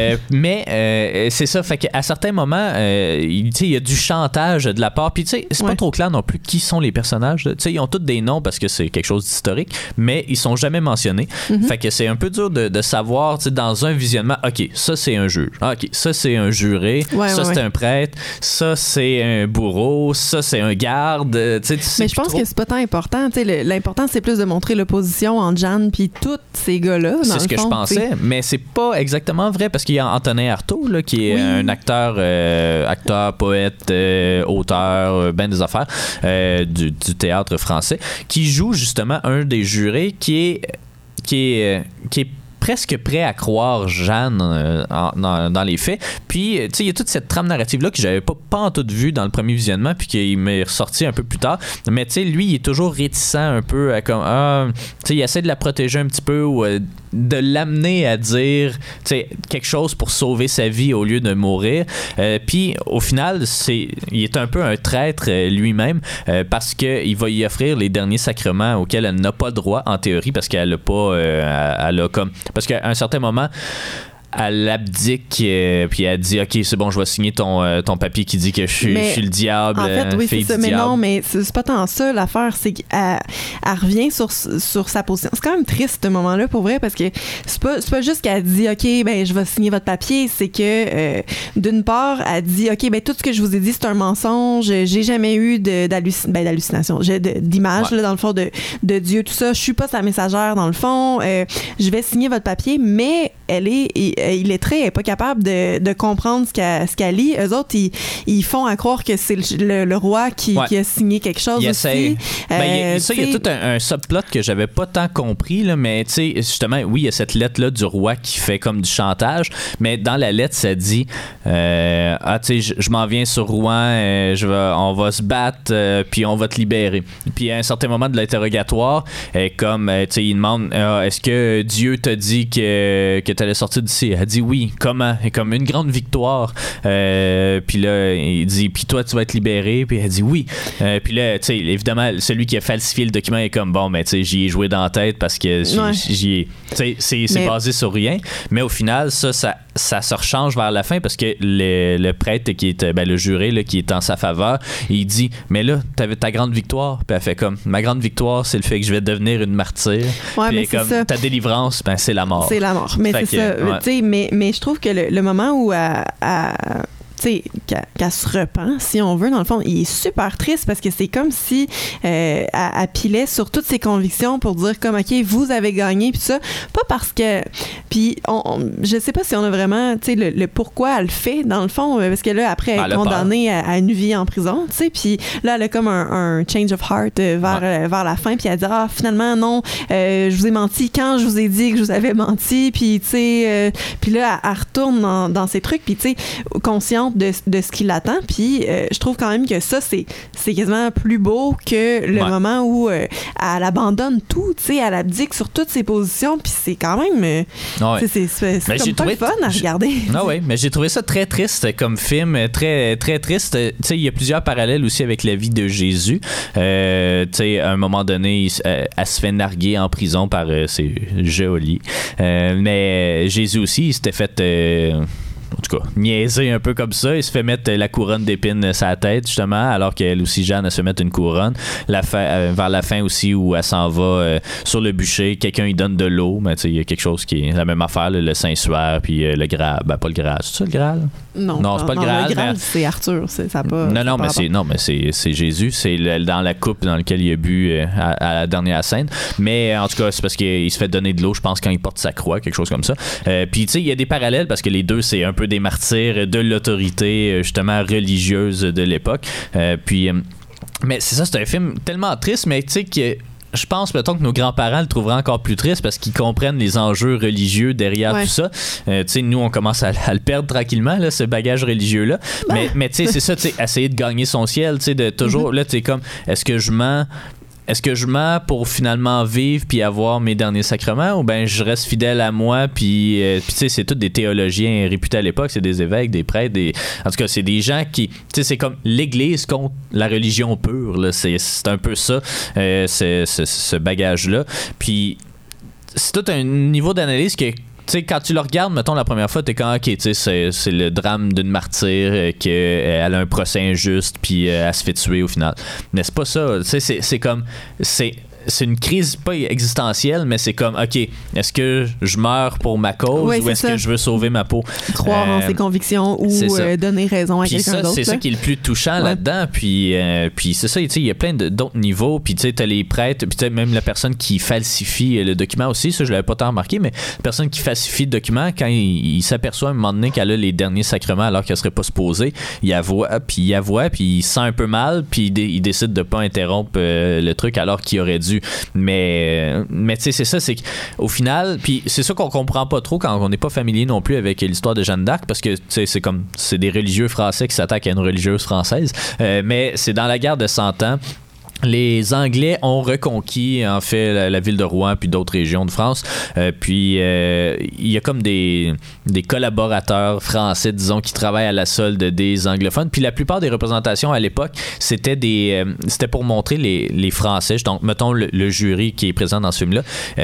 Mais c'est ça. Fait qu'à certains moments, il y a du chantage de la part. Puis tu sais, c'est pas trop clair non plus qui sont les personnages. Tu sais, ils ont tous des noms parce que c'est quelque chose d'historique, mais ils sont jamais mentionnés. Mm-hmm. Fait que c'est un peu dur de savoir, tu sais, dans un visionnement, OK, ça c'est un juge. OK, ça c'est un juré. Ça c'est un prêtre. Ça c'est un bourreau. Ça c'est un garde. Mais je pense que c'est pas tant important. Tu sais, l'important c'est plus de montrer l'opposition entre Jeanne puis tous ces gars-là. C'est ce que je pensais. Mais c'est pas exactement vrai parce qu'il y a Antonin Artaud là, qui est un acteur, poète, auteur, ben des affaires du théâtre français, qui joue justement un des jurés qui est presque prêt à croire Jeanne dans les faits. Puis, tu sais, il y a toute cette trame narrative-là que j'avais pas en tout vue dans le premier visionnement, puis qu'il m'est ressorti un peu plus tard. Mais, tu sais, lui, il est toujours réticent un peu à comme, tu sais, il essaie de la protéger un petit peu ou de l'amener à dire, tu sais, quelque chose pour sauver sa vie au lieu de mourir. Puis, au final, il est un peu un traître lui-même parce qu'il va y offrir les derniers sacrements auxquels elle n'a pas droit, en théorie, parce qu'elle a pas... elle a comme... Parce qu'à un certain moment, elle abdique puis elle dit OK, c'est bon, je vais signer ton papier qui dit que je suis le diable, en fait, oui, fille c'est ça, du mais diable. non, mais c'est pas tant ça l'affaire, c'est qu'elle revient sur sa position. C'est quand même triste ce moment-là pour vrai, parce que c'est pas juste qu'elle dit OK, ben je vais signer votre papier, c'est que d'une part elle dit OK, ben tout ce que je vous ai dit c'est un mensonge, j'ai jamais eu d'hallucination, d'image là, dans le fond de Dieu, tout ça, je suis pas sa messagère dans le fond, je vais signer votre papier, mais il est très pas capable de comprendre ce qu'elle lit. Eux autres, ils font à croire que c'est le roi qui a signé quelque chose aussi. Il y a tout un subplot que j'avais pas tant compris, là, mais tu sais, justement, oui, il y a cette lettre-là du roi qui fait comme du chantage, mais dans la lettre, ça dit tu sais, je m'en viens sur Rouen, on va se battre, puis on va te libérer. Puis à un certain moment de l'interrogatoire, comme, tu sais, il demande est-ce que Dieu t'a dit que tu allais sortir d'ici? Elle dit oui. Comment? Et comme une grande victoire. Puis là, il dit, puis toi, tu vas être libéré. Puis elle dit oui. Puis là, tu sais, évidemment, celui qui a falsifié le document est comme, bon, mais tu sais, j'y ai joué dans la tête parce que j'y ai... Tu sais, c'est basé sur rien. Mais au final, ça se rechange vers la fin parce que le prêtre qui est, le juré là, qui est en sa faveur, il dit, mais là, t'avais ta grande victoire. Puis elle fait comme, ma grande victoire, c'est le fait que je vais devenir une martyre. Ouais, puis comme, ta délivrance, c'est la mort. C'est la mort. Mais c'est ça. Ouais. Mais je trouve que le moment où sais, qu'elle se repent, si on veut, dans le fond, il est super triste parce que c'est comme si elle pilait sur toutes ses convictions pour dire comme, OK, vous avez gagné, puis ça. Pas parce que... Puis, je sais pas si on a vraiment, tu sais, le pourquoi elle le fait, dans le fond, parce que là, après, elle est condamnée à une vie en prison, tu sais, puis là, elle a comme un change of heart vers la fin, puis elle dit, finalement, non, je vous ai menti quand je vous ai dit que je vous avais menti, puis, tu sais, puis là, elle retourne dans ses trucs, puis, tu sais, consciente de ce qui l'attend, puis je trouve quand même que ça, c'est quasiment plus beau que le moment où elle abandonne tout, tu sais, elle abdique sur toutes ses positions, puis c'est quand même... c'est comme pas le fun à regarder. Ah oui, mais j'ai trouvé ça très triste comme film, très, très triste. Tu sais, il y a plusieurs parallèles aussi avec la vie de Jésus. Tu sais, à un moment donné, elle se fait narguer en prison par c'est joli. Mais Jésus aussi, il s'était fait... en tout cas, niaiser un peu comme ça. Il se fait mettre la couronne d'épines sur la tête, justement, alors qu'elle aussi, Jeanne, elle se met une couronne. Vers la fin aussi, où elle s'en va sur le bûcher, quelqu'un lui donne de l'eau, mais tu sais, il y a quelque chose qui est la même affaire, le Saint-Suaire, puis le Graal. Ben, pas le Graal. C'est ça, le Graal? Non, c'est pas le Graal. Le Graal, c'est Arthur. Ça pas, mais c'est Jésus. C'est dans la coupe dans laquelle il a bu à la dernière scène. Mais en tout cas, c'est parce qu'il se fait donner de l'eau, je pense, quand il porte sa croix, quelque chose comme ça. Puis, tu sais, il y a des parallèles parce que les deux, c'est un peu des martyrs de l'autorité, justement, religieuse de l'époque. Mais c'est ça, c'est un film tellement triste, mais tu sais que... Je pense, mettons, que nos grands-parents le trouveraient encore plus triste parce qu'ils comprennent les enjeux religieux derrière tout ça. Tu sais, nous, on commence à le perdre tranquillement, là, ce bagage religieux-là. Mais tu sais, c'est ça, tu sais, essayer de gagner son ciel, tu sais, de toujours, là, tu sais, comme, est-ce que je mens pour finalement vivre puis avoir mes derniers sacrements, ou ben je reste fidèle à moi puis tu sais, c'est tous des théologiens réputés à l'époque, c'est des évêques, des prêtres, en tout cas c'est des gens qui, tu sais, c'est comme l'Église contre la religion pure là. C'est un peu ça, ce bagage là, puis c'est tout un niveau d'analyse que, tu sais, quand tu le regardes, mettons, la première fois, t'es comme, OK, tu sais, c'est le drame d'une martyre, qu'elle a un procès injuste, puis elle se fait tuer au final. Mais c'est pas ça. Tu sais, c'est comme... C'est une crise pas existentielle, mais c'est comme, OK, est-ce que je meurs pour ma cause ou est-ce que je veux sauver ma peau? Croire en ses convictions ou donner raison à quelqu'un d'autre. C'est ça qui est le plus touchant là-dedans. Puis c'est ça, il y a plein d'autres niveaux. Puis tu sais, t'as les prêtres, puis même la personne qui falsifie le document aussi, ça je l'avais pas tant remarqué, mais la personne qui falsifie le document, quand il s'aperçoit à un moment donné qu'elle a les derniers sacrements alors qu'elle serait pas supposée, il avoue, puis il se sent un peu mal, puis il décide de pas interrompre le truc alors qu'il aurait dû. Mais tu sais, c'est ça, c'est qu'au final, puis c'est ça qu'on comprend pas trop quand on n'est pas familier non plus avec l'histoire de Jeanne d'Arc, parce que tu sais, c'est des religieux français qui s'attaquent à une religieuse française, mais c'est dans la guerre de 100 ans. Les Anglais ont reconquis en fait la ville de Rouen puis d'autres régions de France, puis il y a comme des collaborateurs français, disons, qui travaillent à la solde des anglophones, puis la plupart des représentations à l'époque c'était pour montrer les Français, donc mettons le jury qui est présent dans ce film là,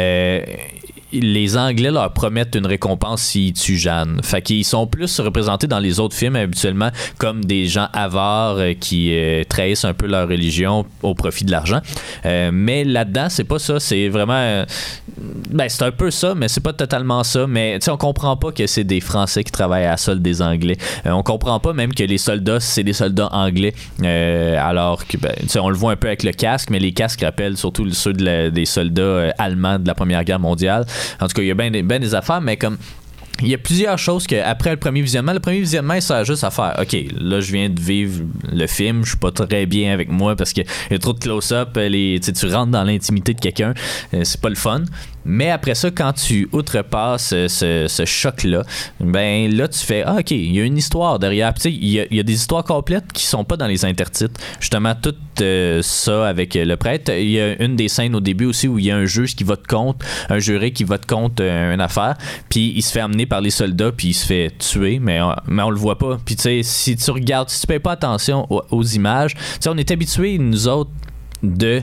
les Anglais leur promettent une récompense s'ils tuent Jeanne. Fait qu'ils sont plus représentés dans les autres films habituellement comme des gens avares qui trahissent un peu leur religion au profit de l'argent. Mais là-dedans, c'est pas ça. C'est vraiment... c'est un peu ça, mais c'est pas totalement ça. Mais tu sais, on comprend pas que c'est des Français qui travaillent à la solde des Anglais. On comprend pas même que les soldats, c'est des soldats anglais. Alors que, tu sais, on le voit un peu avec le casque, mais les casques rappellent surtout ceux des soldats allemands de la Première Guerre mondiale. En tout cas, il y a bien des affaires, mais comme il y a plusieurs choses que après le premier visionnement, il sert juste à faire, OK, là je viens de vivre le film, je suis pas très bien avec moi parce qu'il y a trop de close-up, tu rentres dans l'intimité de quelqu'un, c'est pas le fun. Mais après ça, quand tu outrepasses ce choc-là, ben là, tu fais, OK, il y a une histoire derrière. Puis tu sais, il y a des histoires complètes qui sont pas dans les intertitres. Justement, tout ça avec le prêtre. Il y a une des scènes au début aussi où il y a un juge qui vote contre, un juré qui vote contre une affaire, puis il se fait amener par les soldats, puis il se fait tuer, mais on le voit pas. Puis tu sais, si tu payes pas attention aux images, tu sais, on est habitués, nous autres, de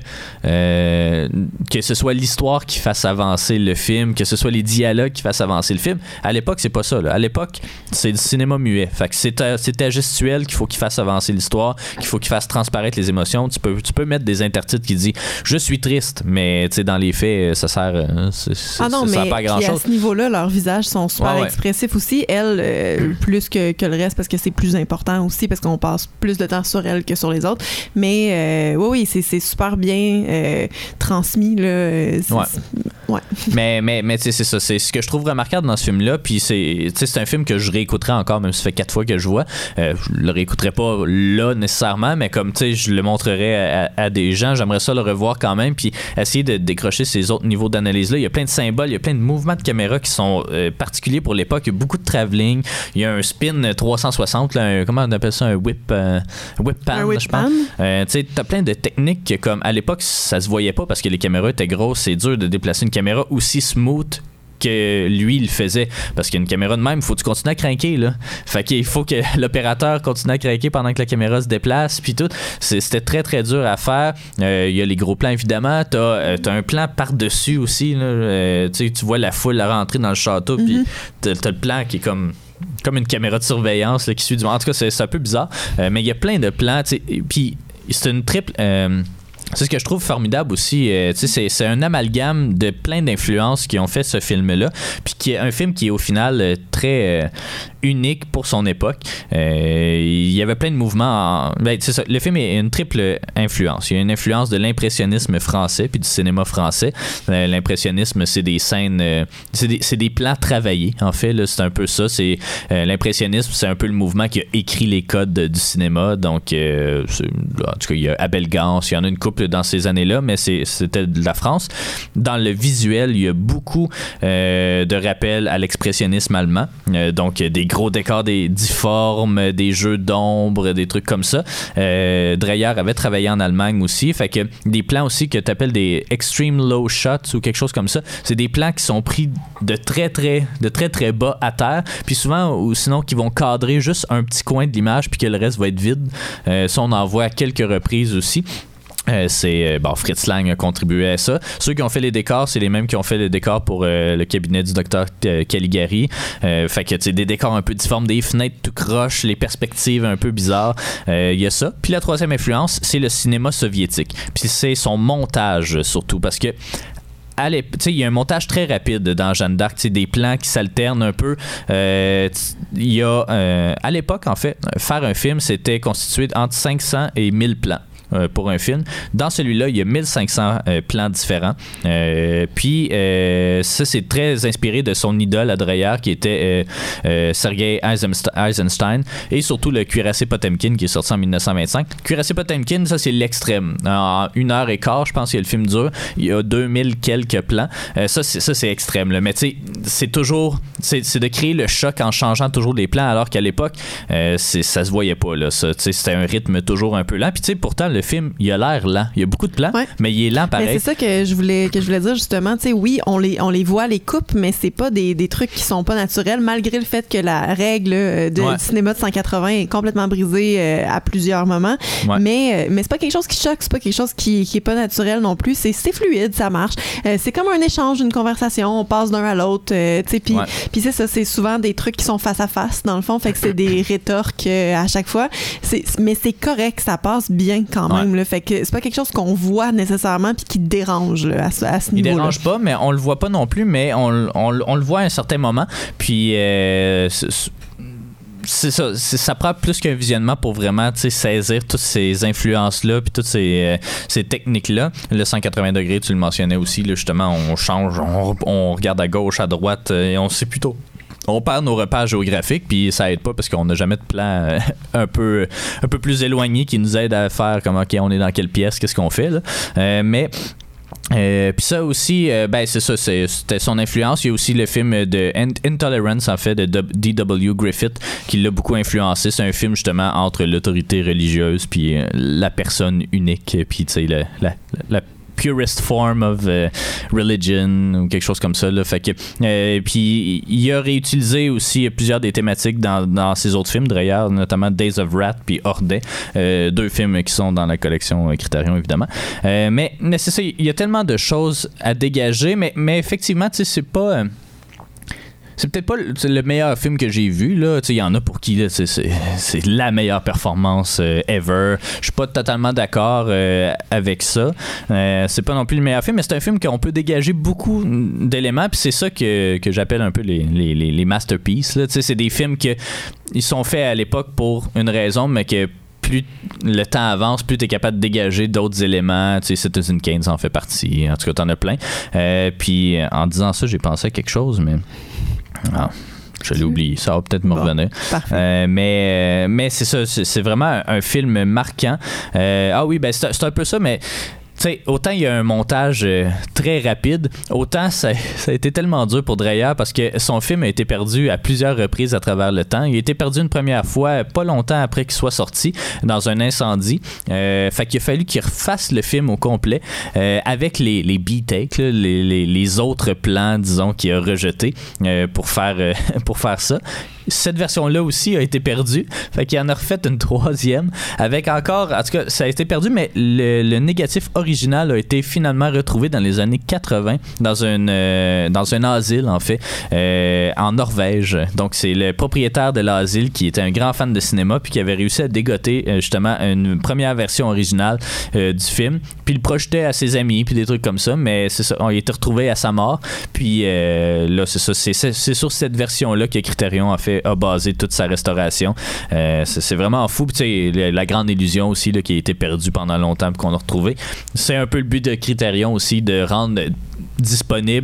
que ce soit l'histoire qui fasse avancer le film, que ce soit les dialogues qui fassent avancer le film. À l'époque, c'est pas ça, là. À l'époque, c'est du cinéma muet. Fait que c'est ta gestuelle qu'il faut qu'il fasse avancer l'histoire, qu'il faut qu'il fasse transparaître les émotions. Tu peux mettre des intertitres qui disent « Je suis triste », mais dans les faits, ça sert, ça sert pas à grand-chose. À ce niveau-là, leurs visages sont super expressifs aussi. Elle, plus que le reste, parce que c'est plus important aussi, parce qu'on passe plus de temps sur elle que sur les autres. Mais oui, c'est super bien transmis. Là, Mais c'est ça. C'est ce que je trouve remarquable dans ce film-là. Puis c'est un film que je réécouterai encore, même si ça fait 4 fois que je vois. Je le réécouterai pas là nécessairement, mais comme je le montrerai à des gens, j'aimerais ça le revoir quand même, puis essayer de décrocher ces autres niveaux d'analyse-là. Il y a plein de symboles, il y a plein de mouvements de caméra qui sont particuliers pour l'époque. Il y a beaucoup de travelling. Il y a un spin 360, là, comment on appelle ça, un whip pan, je pense. T'as plein de techniques que, comme à l'époque, ça se voyait pas parce que les caméras étaient grosses. C'est dur de déplacer une caméra aussi smooth que lui il faisait, parce qu'une caméra de même, il faut que tu continues à craquer, là. Fait qu'il faut que l'opérateur continue à craquer pendant que la caméra se déplace, puis tout. C'était très très dur à faire. Il y a les gros plans évidemment, t'as un plan par-dessus aussi, là. Tu vois la foule rentrer dans le château, puis t'as le plan qui est comme une caméra de surveillance là, qui suit du monde. En tout cas, c'est un peu bizarre, mais il y a plein de plans, puis c'est une triple c'est ce que je trouve formidable aussi. C'est un amalgame de plein d'influences qui ont fait ce film-là. Puis qui est un film qui est au final très unique pour son époque. Il y avait plein de mouvements. C'est ça. Le film est une triple influence. Il y a une influence de l'impressionnisme français puis du cinéma français. L'impressionnisme, c'est des scènes. C'est des plans travaillés, en fait. Là, c'est un peu ça. L'impressionnisme, c'est un peu le mouvement qui a écrit les codes du cinéma. Donc, en tout cas, il y a Abel Gance. Il y en a une couple dans ces années-là, mais c'était de la France. Dans le visuel, il y a beaucoup de rappels à l'expressionnisme allemand. Donc, des gros décors, des difformes, des jeux d'ombre, des trucs comme ça. Dreyer avait travaillé en Allemagne aussi. Fait que des plans aussi que tu appelles des extreme low shots ou quelque chose comme ça. C'est des plans qui sont pris de très, très bas à terre. Puis souvent, ou sinon, qui vont cadrer juste un petit coin de l'image puis que le reste va être vide. Ça, on en voit à quelques reprises aussi. Fritz Lang a contribué à ça. Ceux qui ont fait les décors, c'est les mêmes qui ont fait les décors pour le cabinet du docteur Caligari. Fait que des décors un peu difformes, des fenêtres tout croche, les perspectives un peu bizarres. Il y a ça. Puis la troisième influence, c'est le cinéma soviétique. Puis c'est son montage surtout, parce que il y a un montage très rapide dans Jeanne d'Arc, des plans qui s'alternent un peu. Il y a à l'époque, en fait, faire un film, c'était constitué entre 500 et 1000 plans. Pour un film. Dans celui-là, il y a 1500 plans différents. Puis, ça, c'est très inspiré de son idole à Dreyer, qui était Sergei Eisenstein, et surtout le Cuirassé Potemkin, qui est sorti en 1925. Cuirassé Potemkin, ça, c'est l'extrême. En 1h15, je pense que le film dure. Il y a 2000 quelques plans. Ça, c'est extrême. Là. Mais tu sais, c'est toujours... C'est de créer le choc en changeant toujours les plans, alors qu'à l'époque, ça se voyait pas. Là, ça, c'était un rythme toujours un peu lent. Puis, tu sais, pourtant, le film, il a l'air lent. Il y a beaucoup de plans, mais il est lent pareil. Mais c'est ça que je voulais dire justement. Tu sais, oui, on les voit, les coupes, mais c'est pas des trucs qui sont pas naturels, malgré le fait que la règle du cinéma de 180 est complètement brisée à plusieurs moments. Ouais. Mais c'est pas quelque chose qui choque, c'est pas quelque chose qui est pas naturel non plus. C'est fluide, ça marche. C'est comme un échange, une conversation. On passe d'un à l'autre. Tu sais, puis c'est ça, c'est souvent des trucs qui sont face à face dans le fond. Fait que c'est des rétorques à chaque fois. Mais c'est correct, ça passe bien quand même. Là, fait que c'est pas quelque chose qu'on voit nécessairement puis qui dérange là, à ce niveau-là. Il dérange pas, mais on le voit pas non plus, mais on le voit à un certain moment. Puis c'est ça, ça prend plus qu'un visionnement pour vraiment saisir toutes ces influences-là puis toutes ces techniques-là. Le 180 degrés, tu le mentionnais aussi, là, justement, on change, on regarde à gauche, à droite, et on sait plutôt. On perd nos repères géographiques, puis ça aide pas parce qu'on n'a jamais de plan un peu plus éloigné qui nous aide à faire comme OK, on est dans quelle pièce, qu'est-ce qu'on fait là. Mais puis ça aussi, c'est ça, c'était son influence. Il y a aussi le film de Intolerance, en fait, de D.W. Griffith, qui l'a beaucoup influencé. C'est un film justement entre l'autorité religieuse puis la personne unique, puis tu sais, la purest form of religion ou quelque chose comme ça là. Fait que puis il a réutilisé aussi plusieurs des thématiques dans ses autres films d'ailleurs, notamment Days of Wrath puis Hordey, deux films qui sont dans la collection Criterion évidemment. Mais c'est ça, il y a tellement de choses à dégager, mais effectivement, tu sais, c'est peut-être pas le meilleur film que j'ai vu là. Il y en a pour qui là, c'est la meilleure performance ever. Je suis pas totalement d'accord avec ça. C'est pas non plus le meilleur film, mais c'est un film qu'on peut dégager beaucoup d'éléments, puis c'est ça que j'appelle un peu les masterpieces là. C'est des films que ils sont faits à l'époque pour une raison, mais que plus le temps avance, plus tu es capable de dégager d'autres éléments. Tu sais, Citizen Kane en fait partie. En tout cas, t'en as plein. Puis en disant ça, j'ai pensé à quelque chose, mais je l'ai oublié. Ça va peut-être me revenir. Mais c'est ça. C'est vraiment un film marquant. Oui, ben c'est un peu ça, mais t'sais, autant il y a un montage très rapide, autant ça a été tellement dur pour Dreyer parce que son film a été perdu à plusieurs reprises à travers le temps. Il a été perdu une première fois pas longtemps après qu'il soit sorti dans un incendie. Fait qu'il a fallu qu'il refasse le film au complet avec les B-takes, là, les autres plans, disons, qu'il a rejetés pour faire ça. Cette version-là aussi a été perdue. Fait qu'il en a refait une troisième avec encore... En tout cas, ça a été perdu, mais le négatif original a été finalement retrouvé dans les années 80 dans un asile, en fait, en Norvège. Donc, c'est le propriétaire de l'asile qui était un grand fan de cinéma puis qui avait réussi à dégoter justement une première version originale du film. Puis il le projetait à ses amis puis des trucs comme ça, mais c'est ça, on y était retrouvé à sa mort. Puis là, c'est ça, c'est sur cette version-là que Criterion a basé toute sa restauration. C'est vraiment fou. Puis, la grande illusion aussi là, qui a été perdue pendant longtemps et qu'on a retrouvé. C'est un peu le but de Criterion aussi, de rendre disponible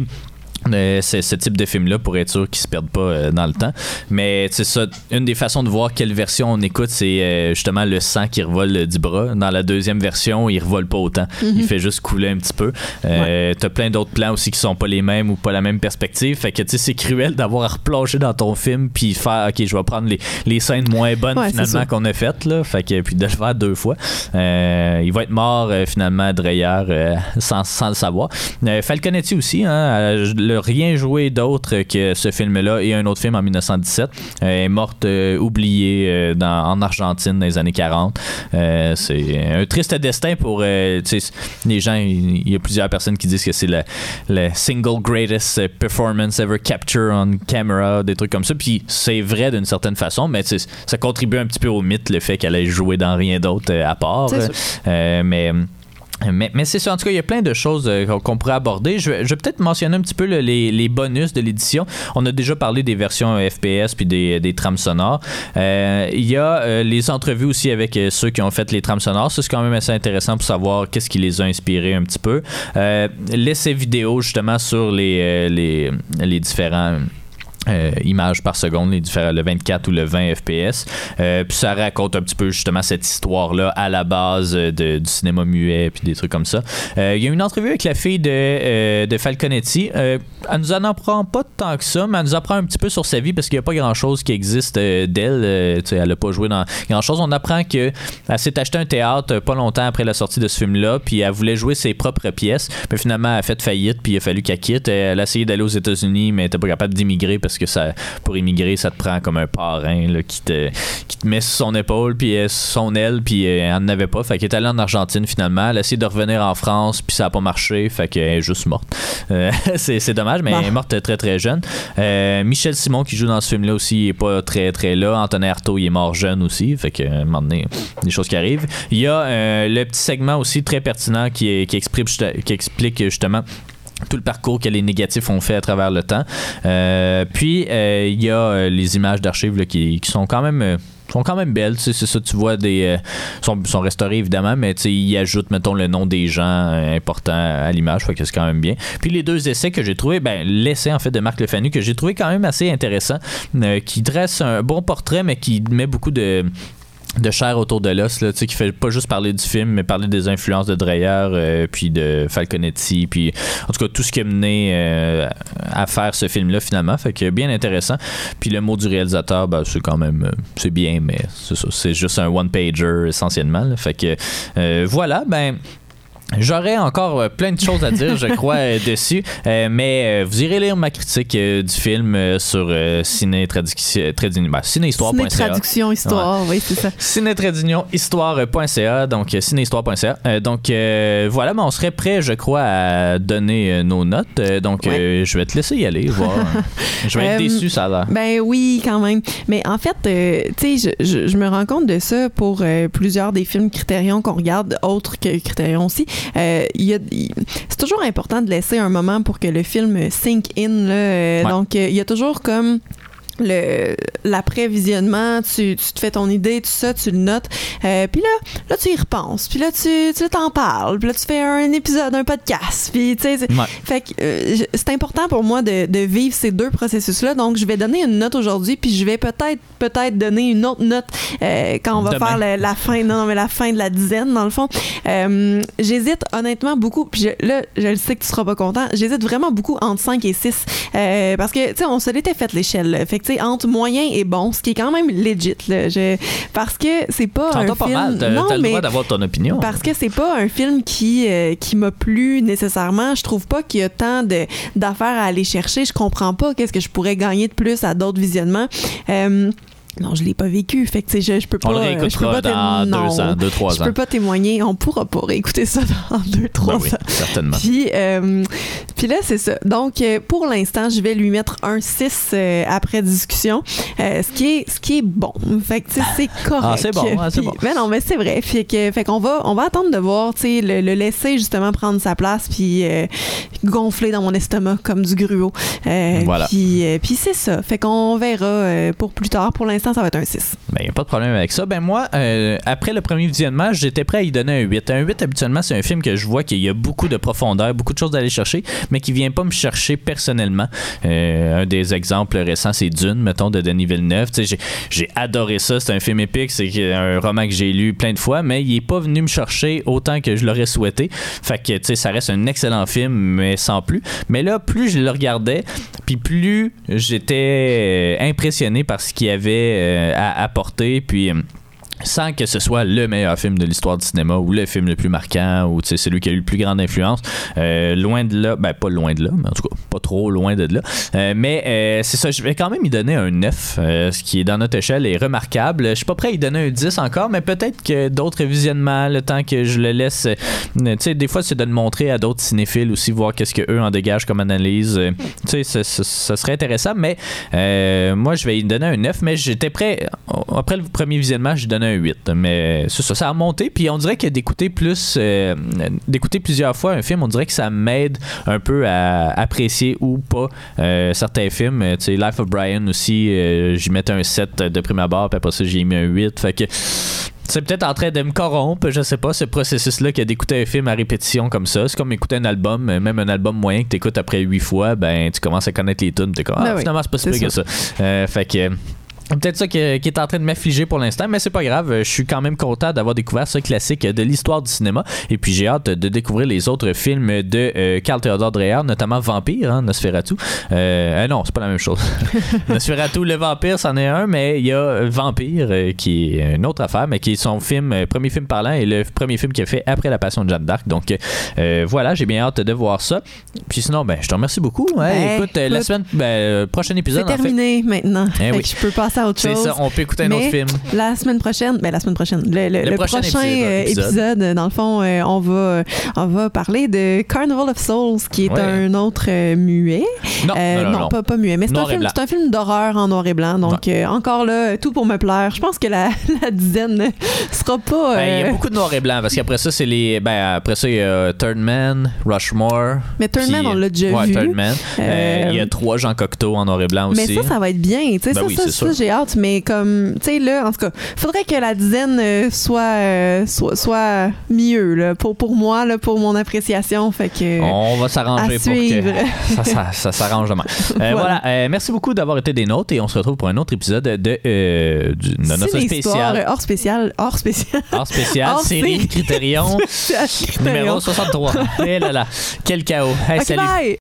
ce type de film-là pour être sûr qu'ils se perdent pas dans le temps. Mais c'est ça, une des façons de voir quelle version on écoute, c'est justement le sang qui revole du bras. Dans la deuxième version, il revole pas autant. Il fait juste couler un petit peu. T'as plein d'autres plans aussi qui sont pas les mêmes ou pas la même perspective. Fait que tu sais, c'est cruel d'avoir à replonger dans ton film puis faire OK, je vais prendre les scènes moins bonnes finalement qu'on a faites là. Fait que puis de le faire deux fois. Il va être mort finalement Dreyer sans le savoir. Falconetti aussi, hein, rien joué d'autre que ce film-là et un autre film en 1917. Est morte oubliée en Argentine dans les années 40. C'est un triste destin pour les gens. Il y a plusieurs personnes qui disent que c'est le single greatest performance ever captured on camera, des trucs comme ça. Puis c'est vrai d'une certaine façon, mais ça contribue un petit peu au mythe, le fait qu'elle ait joué dans rien d'autre à part. Mais c'est ça, en tout cas, il y a plein de choses qu'on pourrait aborder. Je vais peut-être mentionner un petit peu les bonus de l'édition. On a déjà parlé des versions FPS puis des trames sonores. Il y a les entrevues aussi avec ceux qui ont fait les trames sonores. Ça, c'est quand même assez intéressant pour savoir qu'est-ce qui les a inspirés un petit peu. L'essai vidéo, justement, sur les différents... images par seconde, le 24 ou le 20 FPS. Puis ça raconte un petit peu justement cette histoire-là à la base du cinéma muet puis des trucs comme ça. Il y a une entrevue avec la fille de Falconetti. Elle nous en apprend pas tant que ça, mais elle nous apprend un petit peu sur sa vie parce qu'il n'y a pas grand-chose qui existe d'elle. Elle n'a pas joué dans grand-chose. On apprend qu'elle s'est acheté un théâtre pas longtemps après la sortie de ce film-là, puis elle voulait jouer ses propres pièces, mais finalement elle a fait faillite, puis il a fallu qu'elle quitte. Elle a essayé d'aller aux États-Unis, mais elle n'était pas capable d'immigrer parce que pour immigrer, ça te prend comme un parrain là, qui te met sur son épaule, puis son aile, puis elle n'en avait pas. Fait qu'elle est allée en Argentine finalement. Elle a essayé de revenir en France, puis ça n'a pas marché. Fait qu'elle est juste morte. C'est dommage, mais elle est morte très très jeune. Michel Simon qui joue dans ce film-là aussi, il n'est pas très très là. Antonin Artaud, il est mort jeune aussi. Fait qu'à un moment donné, des choses qui arrivent. Il y a le petit segment aussi très pertinent qui explique justement tout le parcours que les négatifs ont fait à travers le temps. Puis il y a les images d'archives là, qui sont quand même belles, c'est ça, tu vois sont restaurées évidemment, mais ils ajoutent mettons le nom des gens importants à l'image, fait que c'est quand même bien. Puis les deux essais que j'ai trouvé, l'essai en fait de Marc Lefanu que j'ai trouvé quand même assez intéressant, qui dresse un bon portrait mais qui met beaucoup de chair autour de l'os, là, qui fait pas juste parler du film, mais parler des influences de Dreyer, puis de Falconetti, puis en tout cas tout ce qui a mené à faire ce film-là finalement. Fait que bien intéressant. Puis le mot du réalisateur, c'est quand même c'est bien, mais c'est ça, c'est juste un one-pager essentiellement. Là. Fait que voilà, J'aurais encore plein de choses à dire, je crois, dessus, mais vous irez lire ma critique du film sur ciné-histoire.ca. Ciné-traduction histoire, oui, c'est ça. Ciné-histoire.ca, donc ciné-histoire.ca. Donc voilà, mais on serait prêt, je crois, à donner nos notes. Donc je vais te laisser y aller, voir. Je vais être déçu, ça a l'air. Ben oui, quand même. Mais en fait, tu sais, je me rends compte de ça pour plusieurs des films Criterion qu'on regarde, autres que Criterion aussi. C'est toujours important de laisser un moment pour que le film sink in. Là, donc, il y a toujours comme l'après-visionnement, tu te fais ton idée, tout ça, tu le notes. Puis là, tu y repenses. Puis là, tu t'en parles. Puis là, tu fais un épisode, un podcast. Puis, tu sais, fait que c'est important pour moi de vivre ces deux processus-là. Donc, je vais donner une note aujourd'hui, puis je vais peut-être donner une autre note quand on va faire la fin. Non, mais la fin de la dizaine, dans le fond. J'hésite honnêtement beaucoup. Puis là, je le sais que tu seras pas content. J'hésite vraiment beaucoup entre 5 et 6. Parce que, tu sais, on se l'était fait l'échelle. Là. Fait que, tu sais, entre moyen et bon, ce qui est quand même legit. Là. Parce que c'est pas un film... Pas mal. T'as le droit d'avoir ton opinion. Parce que c'est pas un film qui m'a plu nécessairement. Je trouve pas qu'il y a tant d'affaires à aller chercher. Je comprends pas qu'est-ce que je pourrais gagner de plus à d'autres visionnements. Non, je l'ai pas vécu. Fait que, je peux pas. On le réécoutera dans 2 ans, 2-3 ans. Je peux pas témoigner. On pourra pas réécouter ça dans 2-3 ans. Certainement. Puis là, c'est ça. Donc, pour l'instant, je vais lui mettre un 6 après discussion. Ce qui est bon. Fait que, c'est correct. Ah, c'est bon. C'est bon. Mais non, mais c'est vrai. Fait qu'on va attendre de voir, le laisser justement prendre sa place puis gonfler dans mon estomac comme du gruau. Voilà. Puis c'est ça. Fait qu'on verra pour plus tard. Pour l'instant, ça va être un 6. Ben, y a pas de problème avec ça. Ben, moi, après le premier visionnement, j'étais prêt à y donner un 8. Un 8, habituellement, c'est un film que je vois qu'il y a beaucoup de profondeur, beaucoup de choses à aller chercher, mais qui vient pas me chercher personnellement. Un des exemples récents, c'est Dune, mettons, de Denis Villeneuve. Tu sais, j'ai adoré ça. C'est un film épique. C'est un roman que j'ai lu plein de fois, mais il est pas venu me chercher autant que je l'aurais souhaité. Fait que, tu sais, ça reste un excellent film, mais sans plus. Mais là, plus je le regardais, puis plus j'étais impressionné par ce qu'il y avait à apporter, puis sans que ce soit le meilleur film de l'histoire du cinéma ou le film le plus marquant ou celui qui a eu le plus grande influence, loin de là, ben pas loin de là, mais en tout cas pas trop loin de là, mais c'est ça, je vais quand même y donner un 9, ce qui est dans notre échelle est remarquable. Je suis pas prêt à y donner un 10 encore, mais peut-être que d'autres visionnements, le temps que je le laisse, tu sais, des fois c'est de le montrer à d'autres cinéphiles aussi, voir qu'est-ce qu'eux en dégagent comme analyse, tu sais, ça serait intéressant, mais moi je vais y donner un 9, mais j'étais prêt, après le premier visionnement, je donnais un 8, mais c'est ça a monté, puis on dirait que d'écouter plusieurs fois un film, on dirait que ça m'aide un peu à apprécier ou pas certains films. Tu sais, Life of Brian aussi, j'y mettais un 7 de prime abord, puis après ça j'ai mis un 8, fait que c'est peut-être en train de me corrompre, je sais pas, ce processus-là que d'écouter un film à répétition comme ça. C'est comme écouter un album, même un album moyen que t'écoutes après 8 fois, ben tu commences à connaître les tunes, t'es comme finalement c'est pas si pire que ça. Fait que peut-être ça qui est en train de m'affliger pour l'instant, mais c'est pas grave. Je suis quand même content d'avoir découvert ce classique de l'histoire du cinéma. Et puis j'ai hâte de découvrir les autres films de Carl Theodor Dreyer, notamment Vampire, Nosferatu. Non, c'est pas la même chose. Nosferatu, le vampire, c'en est un, mais il y a Vampire, qui est une autre affaire, mais qui est son premier film parlant et le premier film qu'il a fait après La Passion de Jeanne d'Arc. Donc voilà, j'ai bien hâte de voir ça. Puis sinon, je te remercie beaucoup. Écoute, la semaine, prochain épisode. C'est terminé maintenant. Oui. Je peux passer à autre chose. C'est ça, on peut écouter un autre film. La semaine prochaine, le prochain épisode, dans le fond, on va parler de Carnival of Souls, qui est un autre muet. Non, pas muet, mais c'est un film d'horreur en noir et blanc. Donc, encore là, tout pour me plaire. Je pense que la dizaine sera pas... Il y a beaucoup de noir et blanc, parce qu'après ça, c'est les... après ça, il y a Third Man, Rushmore. Mais Third Man, on l'a déjà vu. Third Man. Il y a 3 Jean Cocteau en noir et blanc aussi. Mais ça va être bien. Tu sais, ça, j'ai hâte, mais comme, tu sais, là, en tout cas, faudrait que la dizaine soit mieux, là, pour moi, là, pour mon appréciation. Fait que. On va s'arranger pour que ça s'arrange demain. Voilà. Merci beaucoup d'avoir été des nôtres et on se retrouve pour un autre épisode de notre spécial. Hors spécial, série Criterion, numéro 63. Et là, quel chaos. Hey, salut. Bye.